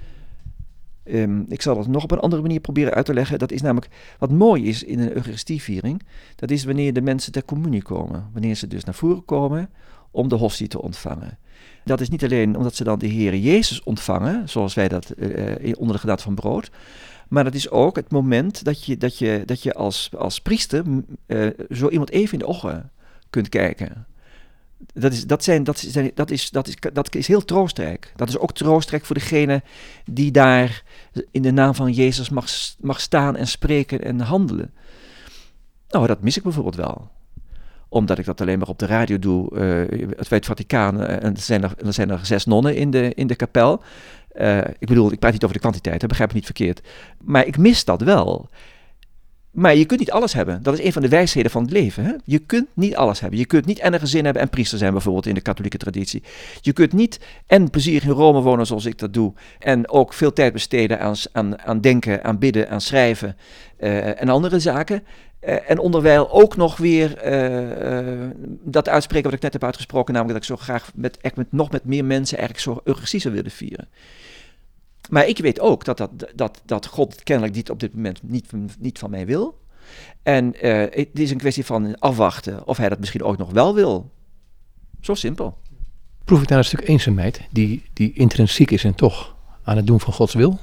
Um, ik zal dat nog op een andere manier proberen uit te leggen. Dat is namelijk, wat mooi is in een Eucharistieviering, dat is wanneer de mensen ter communie komen. Wanneer ze dus naar voren komen om de hostie te ontvangen. Dat is niet alleen omdat ze dan de Heere Jezus ontvangen, zoals wij dat uh, onder de gedaante van brood, maar dat is ook het moment dat je, dat je, dat je als, als priester uh, zo iemand even in de ogen kunt kijken. Dat is, dat, zijn, dat, zijn, dat, is, dat, is, dat is heel troostrijk. Dat is ook troostrijk voor degene die daar in de naam van Jezus mag, mag staan en spreken en handelen. Nou, dat mis ik bijvoorbeeld wel. Omdat ik dat alleen maar op de radio doe. Uh, bij het Vaticaan, uh, en er zijn er, er zijn er zes nonnen in de, in de kapel. Uh, ik bedoel, ik praat niet over de kwantiteit, hè, begrijp me niet verkeerd. Maar ik mis dat wel. Maar je kunt niet alles hebben. Dat is een van de wijsheden van het leven. Hè? Je kunt niet alles hebben. Je kunt niet en een gezin hebben en priester zijn, bijvoorbeeld in de katholieke traditie. Je kunt niet en plezier in Rome wonen zoals ik dat doe. En ook veel tijd besteden aan, aan, aan denken, aan bidden, aan schrijven uh, en andere zaken. Uh, en onderwijl ook nog weer uh, uh, dat uitspreken wat ik net heb uitgesproken. Namelijk dat ik zo graag met, echt met nog met meer mensen eigenlijk zo Eucharistie zou willen vieren. Maar ik weet ook dat, dat, dat, dat God kennelijk dit op dit moment niet, niet van mij wil. En uh, het is een kwestie van afwachten of hij dat misschien ook nog wel wil. Zo simpel. Proef ik daar een stuk eenzaamheid die, die intrinsiek is en toch aan het doen van Gods wil?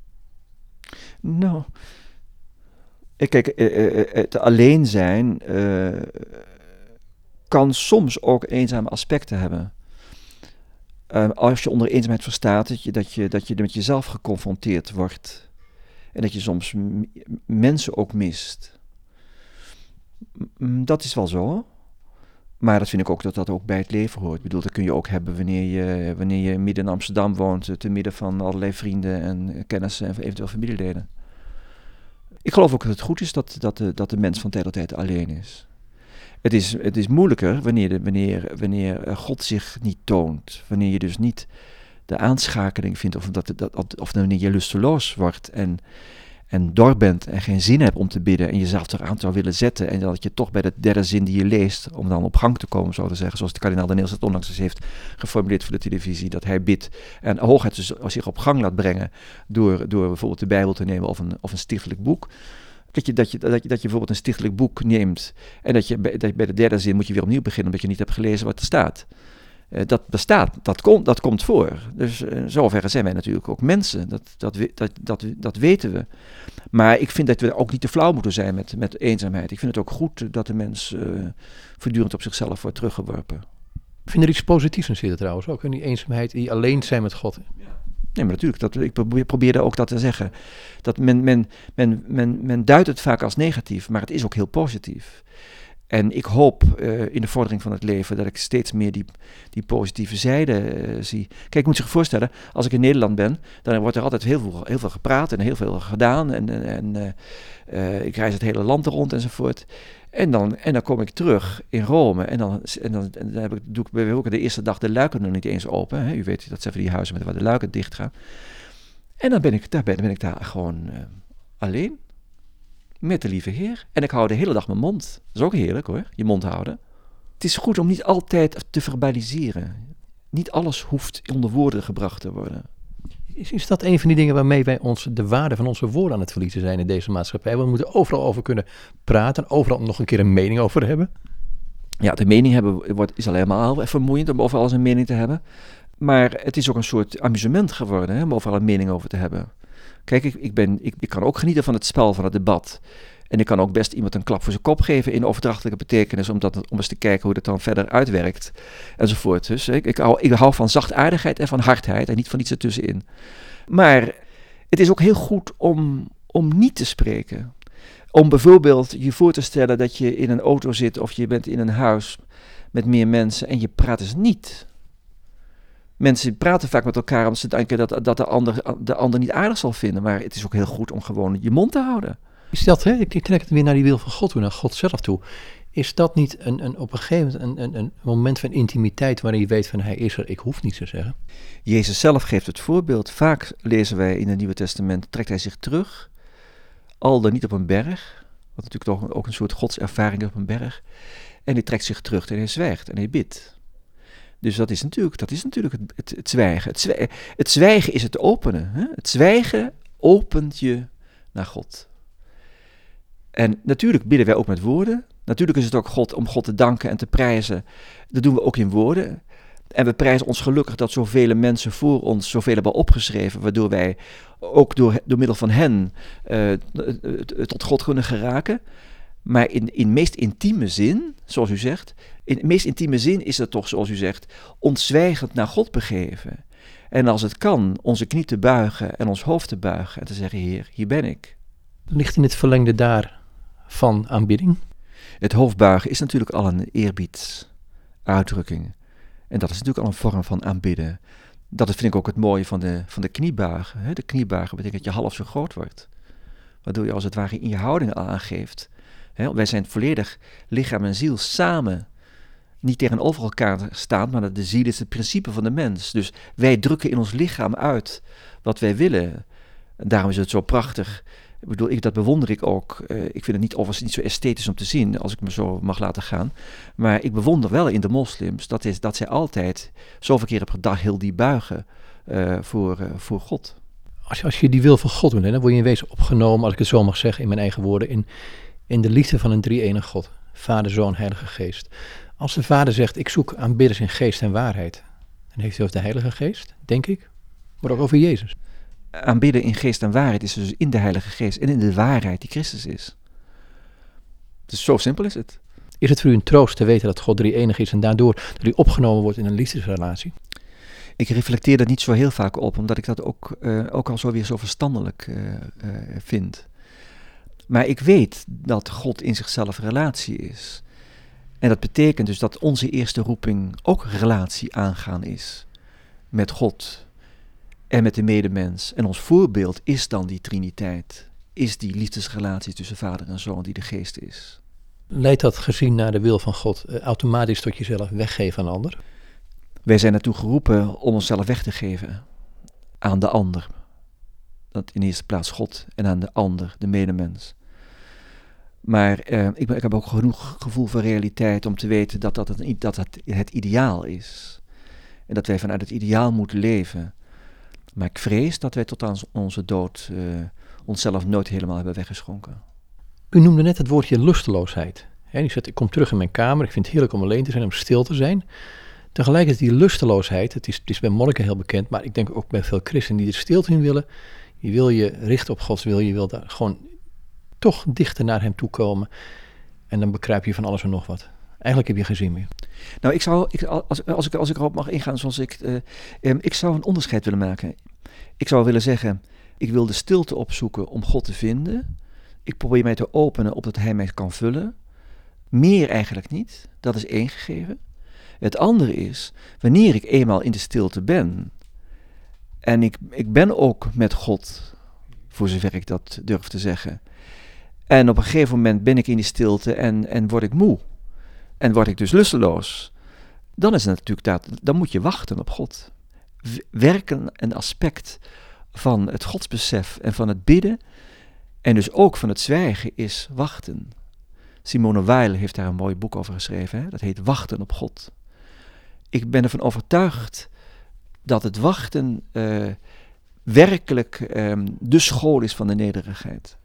Nou, kijk, uh, uh, het alleen zijn uh, kan soms ook eenzame aspecten hebben. Uh, als je onder eenzaamheid verstaat dat je, dat, je, dat je met jezelf geconfronteerd wordt. En dat je soms m- mensen ook mist. M- dat is wel zo. Maar dat vind ik ook dat dat ook bij het leven hoort. Ik bedoel, dat kun je ook hebben wanneer je, wanneer je midden in Amsterdam woont, te midden van allerlei vrienden en kennissen en eventueel familieleden. Ik geloof ook dat het goed is dat, dat, de, dat de mens van tijd tot tijd alleen is. Het is, het is moeilijker wanneer, de, wanneer, wanneer God zich niet toont. Wanneer je dus niet de aanschakeling vindt of, dat, dat, of wanneer je lusteloos wordt en, en dor bent en geen zin hebt om te bidden en jezelf eraan zou willen zetten en dat je toch bij de derde zin die je leest, om dan op gang te komen, zo te zeggen, zoals de kardinaal Daniels het onlangs eens heeft geformuleerd voor de televisie, dat hij bidt en hooguit dus zich op gang laat brengen door, door bijvoorbeeld de Bijbel te nemen of een, of een stichtelijk boek. Dat je, dat, je, dat, je, dat je bijvoorbeeld een stichtelijk boek neemt en dat je, dat je bij de derde zin moet je weer opnieuw beginnen omdat je niet hebt gelezen wat er staat. Uh, dat bestaat, dat, kom, dat komt voor. Dus in uh, zoverre zijn wij natuurlijk ook mensen, dat, dat, dat, dat, dat weten we. Maar ik vind dat we ook niet te flauw moeten zijn met, met eenzaamheid. Ik vind het ook goed dat de mens uh, voortdurend op zichzelf wordt teruggeworpen. Ik vind er iets positiefs in zitten trouwens ook, in die eenzaamheid, die alleen zijn met God. Nee, maar natuurlijk, dat, ik probeer, probeerde ook dat te zeggen. Dat men, men, men, men, men duidt het vaak als negatief, maar het is ook heel positief. En ik hoop uh, in de vordering van het leven dat ik steeds meer die, die positieve zijde uh, zie. Kijk, ik moet zich voorstellen, als ik in Nederland ben, dan wordt er altijd heel veel, heel veel gepraat en heel veel gedaan. En, en, en uh, uh, ik reis het hele land er rond enzovoort. En dan, en dan kom ik terug in Rome en dan, en dan, en dan heb ik, doe ik bij ook de eerste dag de luiken nog niet eens open. Hè? U weet, dat zijn van die huizen met waar de luiken dicht gaan. En dan ben ik daar, ben, ben ik daar gewoon uh, alleen. Met de lieve Heer. En ik hou de hele dag mijn mond. Dat is ook heerlijk hoor, je mond houden. Het is goed om niet altijd te verbaliseren. Niet alles hoeft onder woorden gebracht te worden. Is, is dat een van die dingen waarmee wij ons de waarde van onze woorden aan het verliezen zijn in deze maatschappij? We moeten overal over kunnen praten, overal nog een keer een mening over hebben. Ja, de mening hebben wordt, is alleen maar even vermoeiend om overal eens een mening te hebben. Maar het is ook een soort amusement geworden hè, om overal een mening over te hebben. Kijk, ik, ik, ben, ik, ik kan ook genieten van het spel, van het debat. En ik kan ook best iemand een klap voor zijn kop geven in overdrachtelijke betekenis, om, dat, om eens te kijken hoe dat dan verder uitwerkt, enzovoort. Dus ik, ik, hou, ik hou van zachtaardigheid en van hardheid en niet van iets ertussenin. Maar het is ook heel goed om, om niet te spreken. Om bijvoorbeeld je voor te stellen dat je in een auto zit of je bent in een huis met meer mensen en je praat dus niet. Mensen praten vaak met elkaar omdat ze denken dat, dat de, ander, de ander niet aardig zal vinden. Maar het is ook heel goed om gewoon je mond te houden. Is dat, hè? Ik trek het weer naar die wil van God toe, naar God zelf toe. Is dat niet een, een, op een gegeven moment een, een, een moment van intimiteit waarin je weet van hij is er, ik hoef niets te zeggen? Jezus zelf geeft het voorbeeld. Vaak lezen wij in het Nieuwe Testament, trekt hij zich terug, al dan niet op een berg. Wat natuurlijk toch ook een soort godservaring is op een berg. En hij trekt zich terug en hij zwijgt en hij bidt. Dus dat is natuurlijk, dat is natuurlijk het, het, het zwijgen. Het zwijgen. Het zwijgen is het openen. Hè? Het zwijgen opent je naar God. En natuurlijk bidden wij ook met woorden. Natuurlijk is het ook God om God te danken en te prijzen. Dat doen we ook in woorden. En we prijzen ons gelukkig dat zoveel mensen voor ons zoveel hebben opgeschreven, waardoor wij ook door, door middel van hen uh, tot God kunnen geraken. Maar in, in meest intieme zin, zoals u zegt, in meest intieme zin is het toch, zoals u zegt, ons zwijgend naar God begeven. En als het kan, onze knie te buigen en ons hoofd te buigen en te zeggen, Heer, hier ben ik. Ligt in het verlengde daarvan aanbidding? Het hoofdbuigen is natuurlijk al een eerbiedsuitdrukking. En dat is natuurlijk al een vorm van aanbidden. Dat vind ik ook het mooie van de, van de kniebuigen. Hè? De kniebuigen betekent dat je half zo groot wordt. Waardoor je als het ware in je houding al aangeeft. Hè? Wij zijn volledig lichaam en ziel samen. Niet tegenover elkaar staan, maar de ziel is het principe van de mens. Dus wij drukken in ons lichaam uit wat wij willen. En daarom is het zo prachtig. Ik bedoel, ik, dat bewonder ik ook. Uh, ik vind het niet, overigens niet zo esthetisch om te zien, als ik me zo mag laten gaan. Maar ik bewonder wel in de moslims, dat, is, dat zij altijd zoveel keer per dag heel die buigen uh, voor, uh, voor God. Als je, als je die wil van God doet, hè, dan word je in wezen opgenomen, als ik het zo mag zeggen, in mijn eigen woorden, in, in de liefde van een drie-enige God. Vader, Zoon, Heilige Geest. Als de Vader zegt, ik zoek aanbidders in geest en waarheid, dan heeft hij over de Heilige Geest, denk ik, maar ook over Jezus. Aanbidden in geest en waarheid is dus in de Heilige Geest en in de waarheid die Christus is. Dus zo simpel is het. Is het voor u een troost te weten dat God drie-enig is en daardoor dat u opgenomen wordt in een liefdesrelatie? Ik reflecteer daar niet zo heel vaak op, omdat ik dat ook, uh, ook al zo weer zo verstandelijk uh, uh, vind. Maar ik weet dat God in zichzelf relatie is. En dat betekent dus dat onze eerste roeping ook relatie aangaan is met God en met de medemens. En ons voorbeeld is dan die triniteit, is die liefdesrelatie tussen vader en zoon die de geest is. Leidt dat gezien naar de wil van God uh, automatisch tot jezelf weggeven aan een ander? Wij zijn ertoe geroepen om onszelf weg te geven aan de ander. Dat in eerste plaats God en aan de ander, de medemens. Maar eh, ik, ik heb ook genoeg gevoel voor realiteit om te weten dat dat het, dat het het ideaal is. En dat wij vanuit het ideaal moeten leven. Maar ik vrees dat wij tot aan onze dood uh, onszelf nooit helemaal hebben weggeschonken. U noemde net het woordje lusteloosheid. He, u zegt, ik kom terug in mijn kamer, ik vind het heerlijk om alleen te zijn, om stil te zijn. Tegelijkertijd die lusteloosheid, het is, het is bij monniken heel bekend, maar ik denk ook bij veel christenen die er stilte in willen. Je wil je richten op Gods wil, je wil daar gewoon toch dichter naar hem toe komen. En dan bekruip je van alles en nog wat. Eigenlijk heb je geen zin meer. Nou, ik zou, ik, als, als, ik, als ik erop mag ingaan zoals ik, uh, um, ik zou een onderscheid willen maken. Ik zou willen zeggen, ik wil de stilte opzoeken om God te vinden. Ik probeer mij te openen opdat hij mij kan vullen. Meer eigenlijk niet, dat is één gegeven. Het andere is, wanneer ik eenmaal in de stilte ben, en ik, ik ben ook met God, voor zover ik dat durf te zeggen, en op een gegeven moment ben ik in die stilte en, en word ik moe, en word ik dus lusteloos, dan is het natuurlijk dat, dan moet je wachten op God. Werken een aspect van het godsbesef en van het bidden, en dus ook van het zwijgen, is wachten. Simone Weil heeft daar een mooi boek over geschreven, hè? Dat heet Wachten op God. Ik ben ervan overtuigd dat het wachten uh, werkelijk um, de school is van de nederigheid.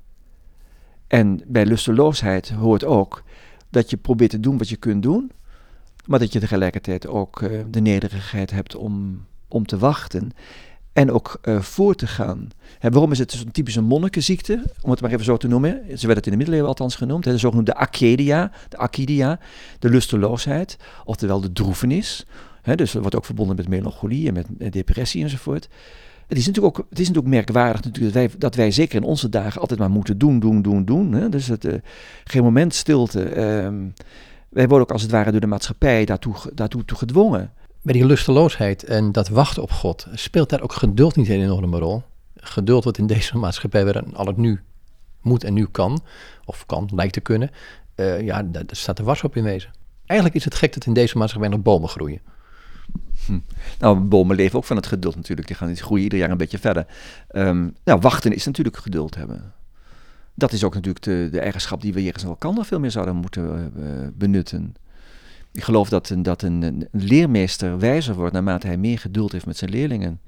En bij lusteloosheid hoort ook dat je probeert te doen wat je kunt doen, maar dat je tegelijkertijd ook uh, de nederigheid hebt om, om te wachten en ook uh, voor te gaan. Hè, waarom is het dus een typische monnikenziekte, om het maar even zo te noemen? Zo werd het in de middeleeuwen althans genoemd, hè, de zogenoemde acedia, de akidia, de lusteloosheid, oftewel de droefenis. Hè, dus dat wordt ook verbonden met melancholie en met, met depressie enzovoort. Het is natuurlijk ook, het is natuurlijk merkwaardig natuurlijk dat, wij, dat wij zeker in onze dagen altijd maar moeten doen, doen, doen, doen. Hè? Dus het, uh, geen moment stilte. Uh, wij worden ook als het ware door de maatschappij daartoe, daartoe toe gedwongen. Bij die lusteloosheid en dat wachten op God, speelt daar ook geduld niet een enorme rol? Geduld wat in deze maatschappij weer al het nu moet en nu kan, of kan, lijkt te kunnen, uh, ja, daar staat er was op in wezen. Eigenlijk is het gek dat in deze maatschappij nog bomen groeien. Hm. Nou, bomen leven ook van het geduld natuurlijk. Die gaan die groeien ieder jaar een beetje verder. Um, nou, wachten is natuurlijk geduld hebben. Dat is ook natuurlijk de, de eigenschap die we jegens elkaar veel meer zouden moeten uh, benutten. Ik geloof dat, een, dat een, een leermeester wijzer wordt naarmate hij meer geduld heeft met zijn leerlingen.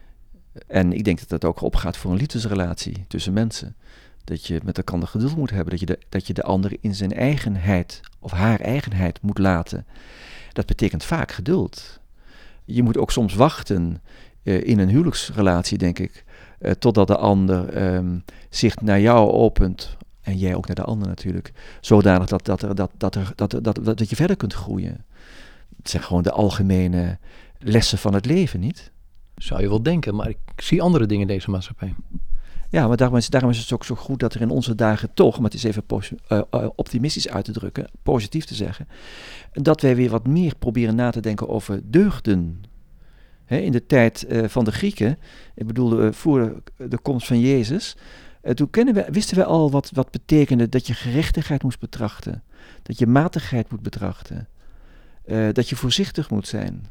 En ik denk dat dat ook opgaat voor een liefdesrelatie tussen mensen. Dat je met elkaar geduld moet hebben. Dat je, de, dat je de ander in zijn eigenheid of haar eigenheid moet laten. Dat betekent vaak geduld. Je moet ook soms wachten uh, in een huwelijksrelatie, denk ik, uh, totdat de ander um, zich naar jou opent, en jij ook naar de ander natuurlijk, zodanig dat, dat, er, dat, dat, er, dat, dat, dat, dat je verder kunt groeien. Het zijn gewoon de algemene lessen van het leven, niet? Zou je wel denken, maar ik zie andere dingen in deze maatschappij. Ja, maar daarom is, daarom is het ook zo goed dat er in onze dagen toch, maar het is even pos, uh, uh, optimistisch uit te drukken, positief te zeggen, dat wij weer wat meer proberen na te denken over deugden. He, in de tijd uh, van de Grieken, ik bedoel uh, voor de komst van Jezus, uh, toen kennen we, wisten we al wat, wat betekende dat je gerechtigheid moest betrachten, dat je matigheid moet betrachten, uh, dat je voorzichtig moet zijn,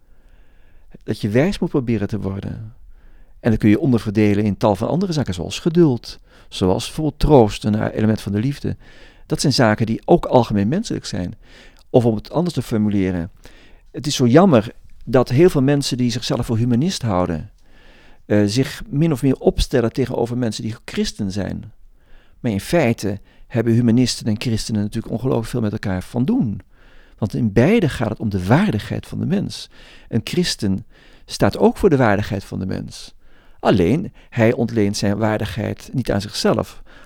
dat je wijs moet proberen te worden. En dat kun je onderverdelen in tal van andere zaken, zoals geduld, zoals bijvoorbeeld troost, een element van de liefde. Dat zijn zaken die ook algemeen menselijk zijn. Of om het anders te formuleren, het is zo jammer dat heel veel mensen die zichzelf voor humanist houden, uh, zich min of meer opstellen tegenover mensen die christen zijn. Maar in feite hebben humanisten en christenen natuurlijk ongelooflijk veel met elkaar van doen. Want in beide gaat het om de waardigheid van de mens. Een christen staat ook voor de waardigheid van de mens. Alleen, hij ontleent zijn waardigheid niet aan zichzelf,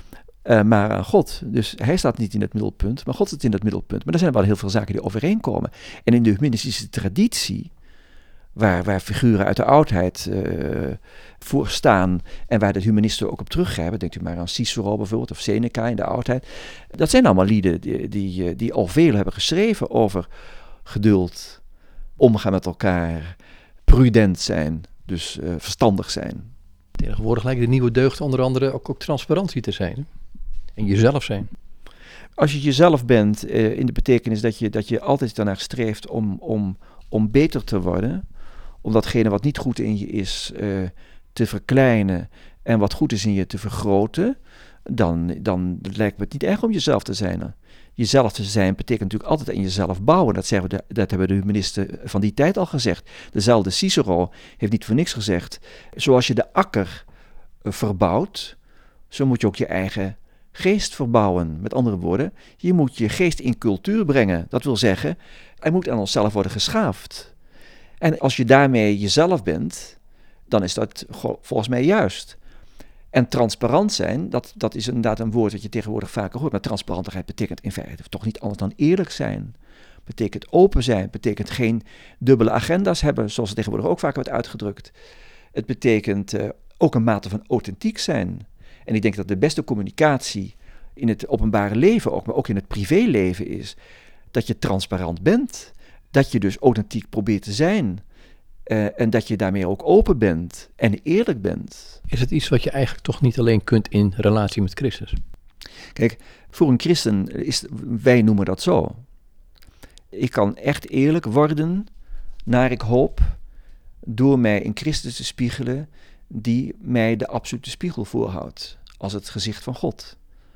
uh, maar aan God. Dus hij staat niet in het middelpunt, maar God staat in het middelpunt. Maar er zijn wel heel veel zaken die overeenkomen. En in de humanistische traditie, waar, waar figuren uit de oudheid uh, voor staan en waar de humanisten ook op teruggrijpen, denkt u maar aan Cicero bijvoorbeeld, of Seneca in de oudheid. Dat zijn allemaal lieden die, die, die al veel hebben geschreven over geduld, omgaan met elkaar, prudent zijn, dus uh, verstandig zijn. Tegenwoordig lijkt de nieuwe deugd onder andere ook, ook transparantie te zijn. Hè? En jezelf zijn. Als je jezelf bent, uh, in de betekenis dat je, dat je altijd daarnaar streeft om, om, om beter te worden, om datgene wat niet goed in je is uh, te verkleinen en wat goed is in je te vergroten, dan, dan lijkt me het niet erg om jezelf te zijn. Hè? Jezelf te zijn betekent natuurlijk altijd aan jezelf bouwen. Dat, zeggen we de, dat hebben de humanisten van die tijd al gezegd. Dezelfde Cicero heeft niet voor niks gezegd. Zoals je de akker uh, verbouwt, zo moet je ook je eigen geest verbouwen. Met andere woorden, je moet je geest in cultuur brengen. Dat wil zeggen, hij moet aan onszelf worden geschaafd. En als je daarmee jezelf bent, dan is dat volgens mij juist. En transparant zijn, dat, dat is inderdaad een woord dat je tegenwoordig vaker hoort. Maar transparantheid betekent in feite toch niet anders dan eerlijk zijn. Betekent open zijn, betekent geen dubbele agenda's hebben, zoals het tegenwoordig ook vaak wordt uitgedrukt. Het betekent uh, ook een mate van authentiek zijn. En ik denk dat de beste communicatie in het openbare leven ook, maar ook in het privéleven is, dat je transparant bent. Dat je dus authentiek probeert te zijn. Uh, en dat je daarmee ook open bent en eerlijk bent. Is het iets wat je eigenlijk toch niet alleen kunt in relatie met Christus? Kijk, voor een christen is, wij noemen dat zo. Ik kan echt eerlijk worden, naar ik hoop, door mij in Christus te spiegelen, die mij de absolute spiegel voorhoudt, als het gezicht van God.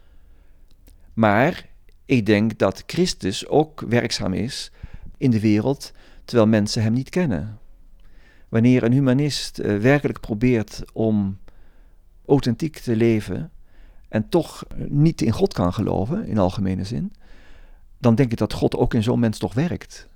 Maar ik denk dat Christus ook werkzaam is in de wereld, terwijl mensen hem niet kennen. Wanneer een humanist uh, werkelijk probeert om authentiek te leven en toch niet in God kan geloven, in algemene zin, dan denk ik dat God ook in zo'n mens toch werkt.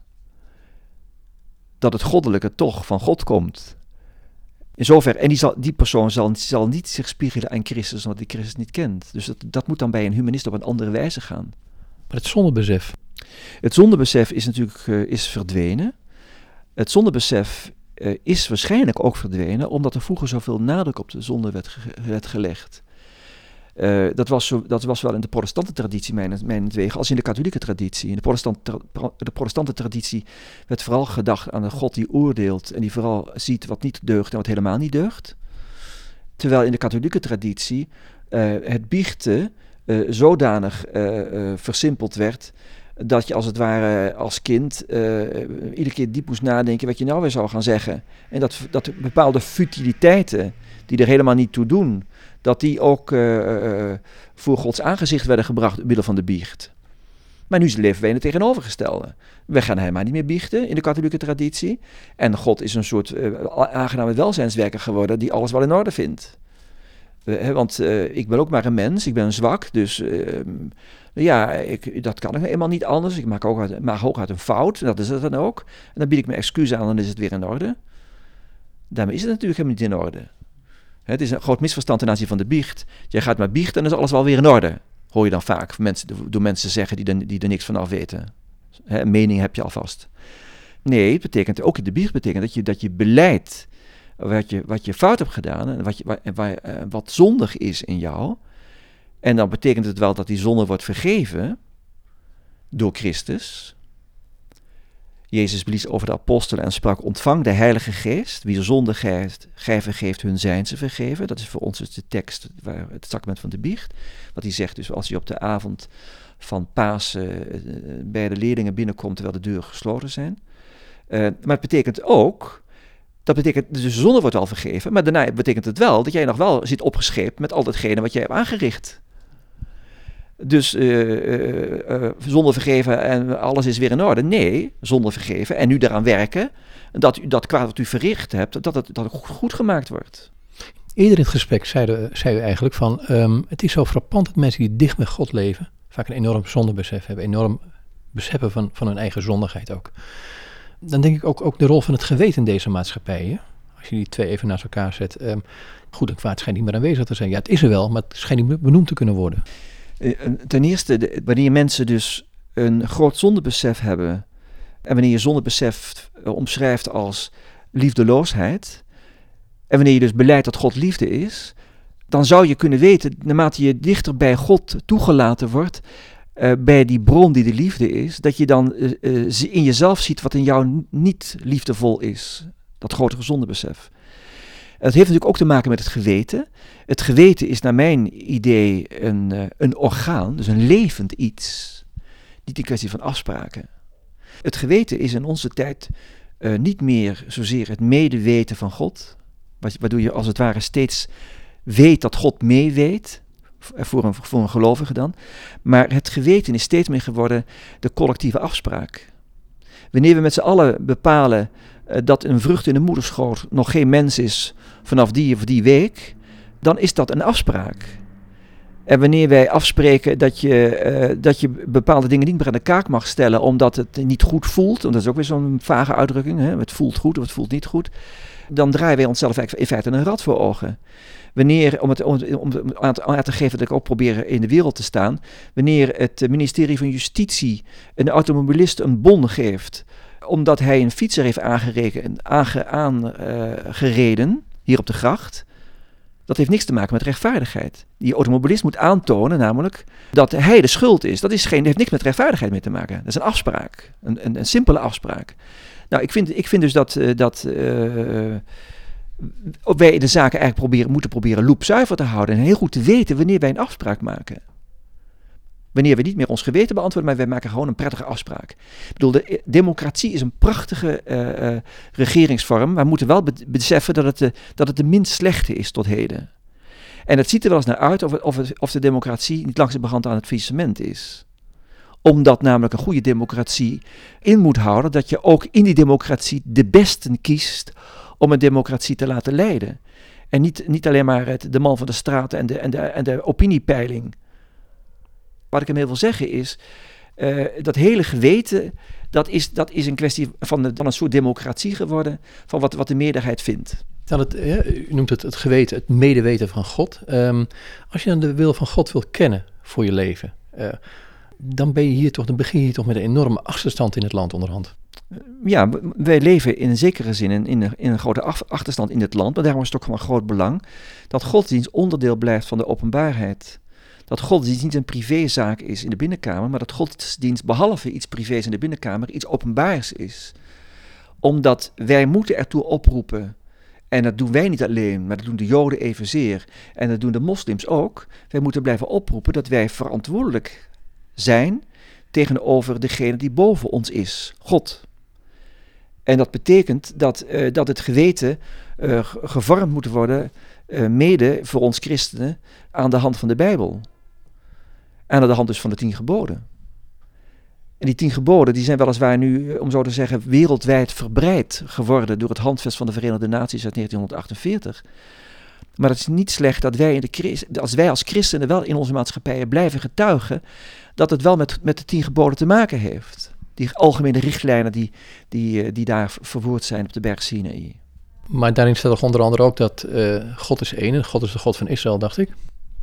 Dat het goddelijke toch van God komt. In zover, en die, zal, die persoon zal, zal niet zich spiegelen aan Christus, omdat hij Christus niet kent. Dus dat, dat moet dan bij een humanist op een andere wijze gaan. Maar het zondebesef? Het zondebesef is natuurlijk uh, is verdwenen. Het zondebesef uh, is waarschijnlijk ook verdwenen, omdat er vroeger zoveel nadruk op de zonde werd, ge- werd gelegd. Uh, dat, was zo, dat was wel in de protestante traditie, mijnentwege, als in de katholieke traditie. In de protestante, de protestante traditie werd vooral gedacht aan een God die oordeelt en die vooral ziet wat niet deugt en wat helemaal niet deugt. Terwijl in de katholieke traditie uh, het biechten uh, zodanig uh, uh, versimpeld werd, dat je als het ware als kind uh, iedere keer diep moest nadenken wat je nou weer zou gaan zeggen. En dat, dat bepaalde futiliteiten die er helemaal niet toe doen, dat die ook uh, uh, voor Gods aangezicht werden gebracht door middel van de biecht. Maar nu leven wij in het tegenovergestelde. We gaan helemaal niet meer biechten in de katholieke traditie. En God is een soort uh, aangename welzijnswerker geworden die alles wel in orde vindt. Uh, hè, want uh, ik ben ook maar een mens, ik ben zwak, dus uh, ja, ik, dat kan ik eenmaal niet anders. Ik maak, ook uit, maak hooguit een fout, en dat is het dan ook. En dan bied ik mijn excuus aan en dan is het weer in orde. Daarmee is het natuurlijk helemaal niet in orde. Het is een groot misverstand ten aanzien van de biecht. Jij gaat maar biechten en dan is alles wel weer in orde. Hoor je dan vaak mensen, door mensen zeggen die er, die er niks van af weten. He, een mening heb je alvast. Nee, het betekent, ook in de biecht betekent dat je, dat je beleidt wat je, wat je fout hebt gedaan en wat, je, wat, wat, wat zondig is in jou. En dan betekent het wel dat die zonde wordt vergeven door Christus. Jezus blies over de apostelen en sprak: ontvang de Heilige Geest. Wie de zonde geeft, gij vergeeft, hun zijn ze vergeven. Dat is voor ons dus de tekst, waar, het sacrament van de biecht. Wat hij zegt, dus als je op de avond van Pasen uh, bij de leerlingen binnenkomt terwijl de deuren gesloten zijn. Uh, maar het betekent ook, dat betekent, dus de zonde wordt al vergeven, maar daarna betekent het wel dat jij nog wel zit opgescheept met al datgene wat jij hebt aangericht. Dus uh, uh, uh, zonder vergeven en alles is weer in orde. Nee, zonder vergeven en nu daaraan werken, dat u dat kwaad wat u verricht hebt, dat het, dat het goed gemaakt wordt. Eerder in het gesprek zei u, zei u eigenlijk van, um, het is zo frappant dat mensen die dicht met God leven, vaak een enorm zondebesef hebben, enorm beseffen van, van hun eigen zondigheid ook. Dan denk ik ook, ook de rol van het geweten in deze maatschappij. Hè? als je die twee even naast elkaar zet. Um, goed en kwaad schijnt niet meer aanwezig te zijn. Ja, het is er wel, maar het schijnt niet benoemd te kunnen worden. Ten eerste, de, wanneer mensen dus een groot zondebesef hebben, en wanneer je zondebesef uh, omschrijft als liefdeloosheid, en wanneer je dus beleidt dat God liefde is, dan zou je kunnen weten, naarmate je dichter bij God toegelaten wordt, uh, bij die bron die de liefde is, dat je dan uh, uh, in jezelf ziet wat in jou niet liefdevol is. Dat grotere zondebesef. Het heeft natuurlijk ook te maken met het geweten. Het geweten is naar mijn idee een, uh, een orgaan, dus een levend iets. Niet een kwestie van afspraken. Het geweten is in onze tijd uh, niet meer zozeer het medeweten van God, waardoor je als het ware steeds weet dat God meeweet, voor een, voor een gelovige dan, maar het geweten is steeds meer geworden de collectieve afspraak. Wanneer we met z'n allen bepalen uh, dat een vrucht in de moederschoot nog geen mens is vanaf die of die week, dan is dat een afspraak. En wanneer wij afspreken dat je, uh, dat je bepaalde dingen niet meer aan de kaak mag stellen omdat het niet goed voelt, want dat is ook weer zo'n vage uitdrukking, hè? Het voelt goed of het voelt niet goed, dan draaien wij onszelf in feite een rad voor ogen. Wanneer, om het, om, om aan te geven dat ik ook probeer in de wereld te staan, wanneer het ministerie van Justitie een automobilist een bon geeft, omdat hij een fietser heeft aangereden, aange, aangereden, hier op de gracht, dat heeft niks te maken met rechtvaardigheid. Die automobilist moet aantonen namelijk dat hij de schuld is. Dat is geen, heeft niks met rechtvaardigheid mee te maken. Dat is een afspraak, een, een, een simpele afspraak. Nou, ik vind, ik vind dus dat, uh, dat uh, wij de zaken eigenlijk proberen, moeten proberen loepzuiver te houden en heel goed te weten wanneer wij een afspraak maken. Wanneer we niet meer ons geweten beantwoorden, maar wij maken gewoon een prettige afspraak. Ik bedoel, de democratie is een prachtige uh, uh, regeringsvorm, maar we moeten wel be- beseffen dat het, de, dat het de minst slechte is tot heden. En het ziet er wel eens naar uit of, het, of, het, of de democratie niet langzamerhand aan het faillissement is. Omdat namelijk een goede democratie in moet houden dat je ook in die democratie de besten kiest om een democratie te laten leiden. En niet, niet alleen maar het, de man van de straat en de, en de, en de opiniepeiling. Wat ik ermee wil zeggen is, uh, dat hele geweten, dat is, dat is een kwestie van, de, van een soort democratie geworden, van wat, wat de meerderheid vindt. Dan het, ja, u noemt het het geweten, het medeweten van God. Um, als je dan de wil van God wil kennen voor je leven, uh, dan ben je hier toch, dan begin je hier toch met een enorme achterstand in het land onderhand. Ja, wij leven in een zekere zin in, in, een, in een grote af, achterstand in het land, maar daarom is het ook van groot belang dat godsdienst onderdeel blijft van de openbaarheid. Dat godsdienst niet een privézaak is in de binnenkamer, maar dat godsdienst behalve iets privés in de binnenkamer iets openbaars is. Omdat wij moeten ertoe oproepen, en dat doen wij niet alleen, maar dat doen de Joden evenzeer en dat doen de moslims ook. Wij moeten blijven oproepen dat wij verantwoordelijk zijn tegenover degene die boven ons is, God. En dat betekent dat, uh, dat het geweten uh, gevormd moet worden, uh, mede voor ons christenen, aan de hand van de Bijbel. Aan de hand dus van de tien geboden. En die tien geboden die zijn weliswaar nu, om zo te zeggen, wereldwijd verbreid geworden door het Handvest van de Verenigde Naties uit negentienhonderdachtenveertig. Maar het is niet slecht dat wij, in de, als wij als christenen wel in onze maatschappijen blijven getuigen dat het wel met, met de tien geboden te maken heeft. Die algemene richtlijnen die, die, die daar verwoord zijn op de berg Sinaï. Maar daarin staat toch onder andere ook dat uh, God is één en God is de God van Israël, dacht ik.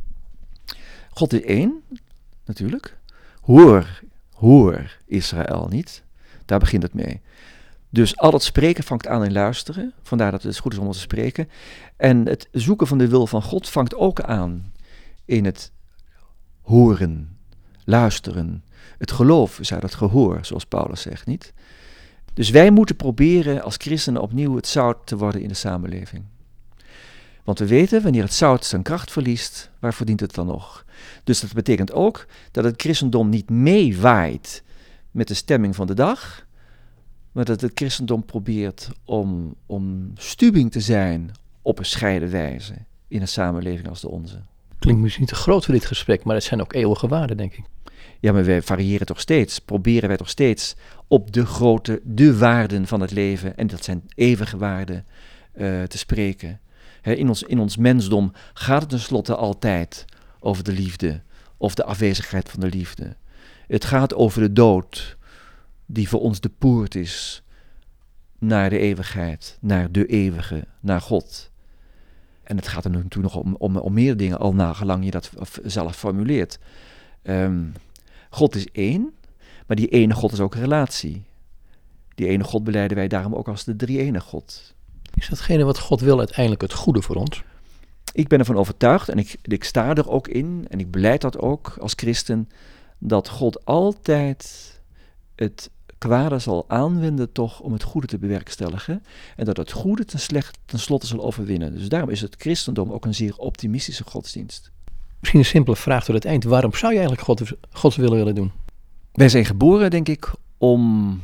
God is één, natuurlijk. Hoor, hoor Israël niet. Daar begint het mee. Dus al het spreken vangt aan in luisteren. Vandaar dat het goed is om te spreken. En het zoeken van de wil van God vangt ook aan in het horen, luisteren. Het geloof is uit het gehoor, zoals Paulus zegt, niet? Dus wij moeten proberen als christenen opnieuw het zout te worden in de samenleving. Want we weten, wanneer het zout zijn kracht verliest, waarvoor dient het dan nog? Dus dat betekent ook dat het christendom niet meewaait met de stemming van de dag, maar dat het christendom probeert om, om stubing te zijn op een bescheiden wijze in een samenleving als de onze. Klinkt misschien te groot voor dit gesprek, maar het zijn ook eeuwige waarden, denk ik. Ja, maar wij variëren toch steeds, proberen wij toch steeds op de grote, de waarden van het leven, en dat zijn eeuwige waarden, uh, te spreken. He, in, ons, in ons mensdom gaat het tenslotte altijd over de liefde of de afwezigheid van de liefde. Het gaat over de dood die voor ons de poort is naar de eeuwigheid, naar de eeuwige, naar God. En het gaat er natuurlijk nog om, om, om meer dingen, al nagelang je dat zelf formuleert. Um, God is één, maar die ene God is ook een relatie. Die ene God belijden wij daarom ook als de drie-ene God. Is datgene wat God wil uiteindelijk het goede voor ons? Ik ben ervan overtuigd en ik, ik sta er ook in en ik belijd dat ook als christen, dat God altijd het kwade zal aanwenden toch om het goede te bewerkstelligen en dat het goede ten, slecht, ten slotte zal overwinnen. Dus daarom is het christendom ook een zeer optimistische godsdienst. Misschien een simpele vraag tot het eind. Waarom zou je eigenlijk God, Gods willen willen doen? Wij zijn geboren, denk ik, om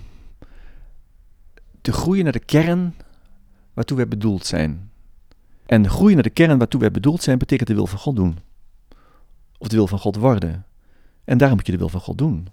te groeien naar de kern waartoe wij bedoeld zijn. En groeien naar de kern waartoe wij bedoeld zijn betekent de wil van God doen. Of de wil van God worden. En daarom moet je de wil van God doen.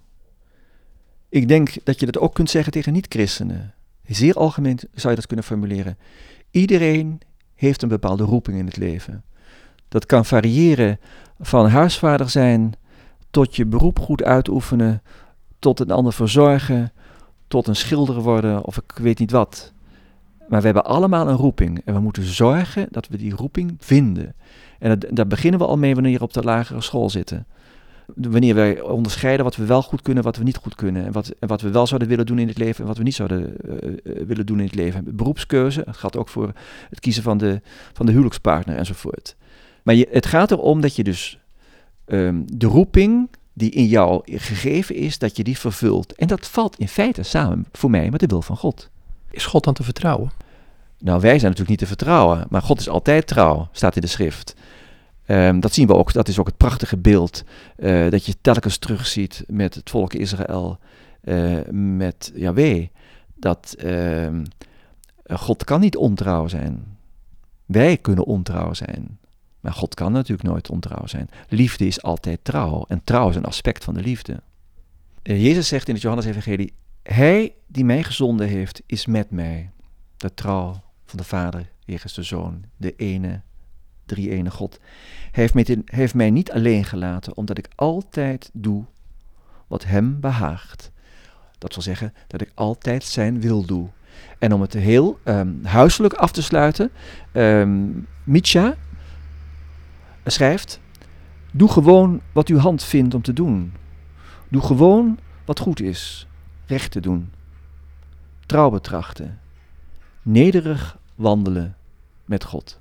Ik denk dat je dat ook kunt zeggen tegen niet-christenen. Zeer algemeen zou je dat kunnen formuleren. Iedereen heeft een bepaalde roeping in het leven. Dat kan variëren van huisvader zijn, tot je beroep goed uitoefenen, tot een ander verzorgen, tot een schilder worden of ik weet niet wat. Maar we hebben allemaal een roeping en we moeten zorgen dat we die roeping vinden. En dat, daar beginnen we al mee wanneer we op de lagere school zitten. Wanneer wij onderscheiden wat we wel goed kunnen, wat we niet goed kunnen. En wat, en wat we wel zouden willen doen in het leven en wat we niet zouden uh, willen doen in het leven. Beroepskeuze, dat geldt ook voor het kiezen van de, van de huwelijkspartner enzovoort. Maar je, het gaat erom dat je dus um, de roeping die in jou gegeven is, dat je die vervult. En dat valt in feite samen voor mij met de wil van God. Is God dan te vertrouwen? Nou, wij zijn natuurlijk niet te vertrouwen, maar God is altijd trouw, staat in de schrift. Um, dat zien we ook, dat is ook het prachtige beeld uh, dat je telkens terugziet met het volk Israël, uh, met Yahweh. Dat uh, God kan niet ontrouw zijn. Wij kunnen ontrouw zijn. Maar God kan natuurlijk nooit ontrouw zijn. Liefde is altijd trouw. En trouw is een aspect van de liefde. Uh, Jezus zegt in het Johannes-evangelie, Hij die mij gezonden heeft, is met mij. De trouw van de Vader, jegens de Zoon, de ene, drie-ene God. Hij heeft, mij, hij heeft mij niet alleen gelaten, omdat ik altijd doe wat hem behaagt. Dat wil zeggen dat ik altijd zijn wil doe. En om het heel um, huiselijk af te sluiten, um, Micha schrijft, doe gewoon wat uw hand vindt om te doen. Doe gewoon wat goed is, recht te doen, trouw betrachten, nederig wandelen met God.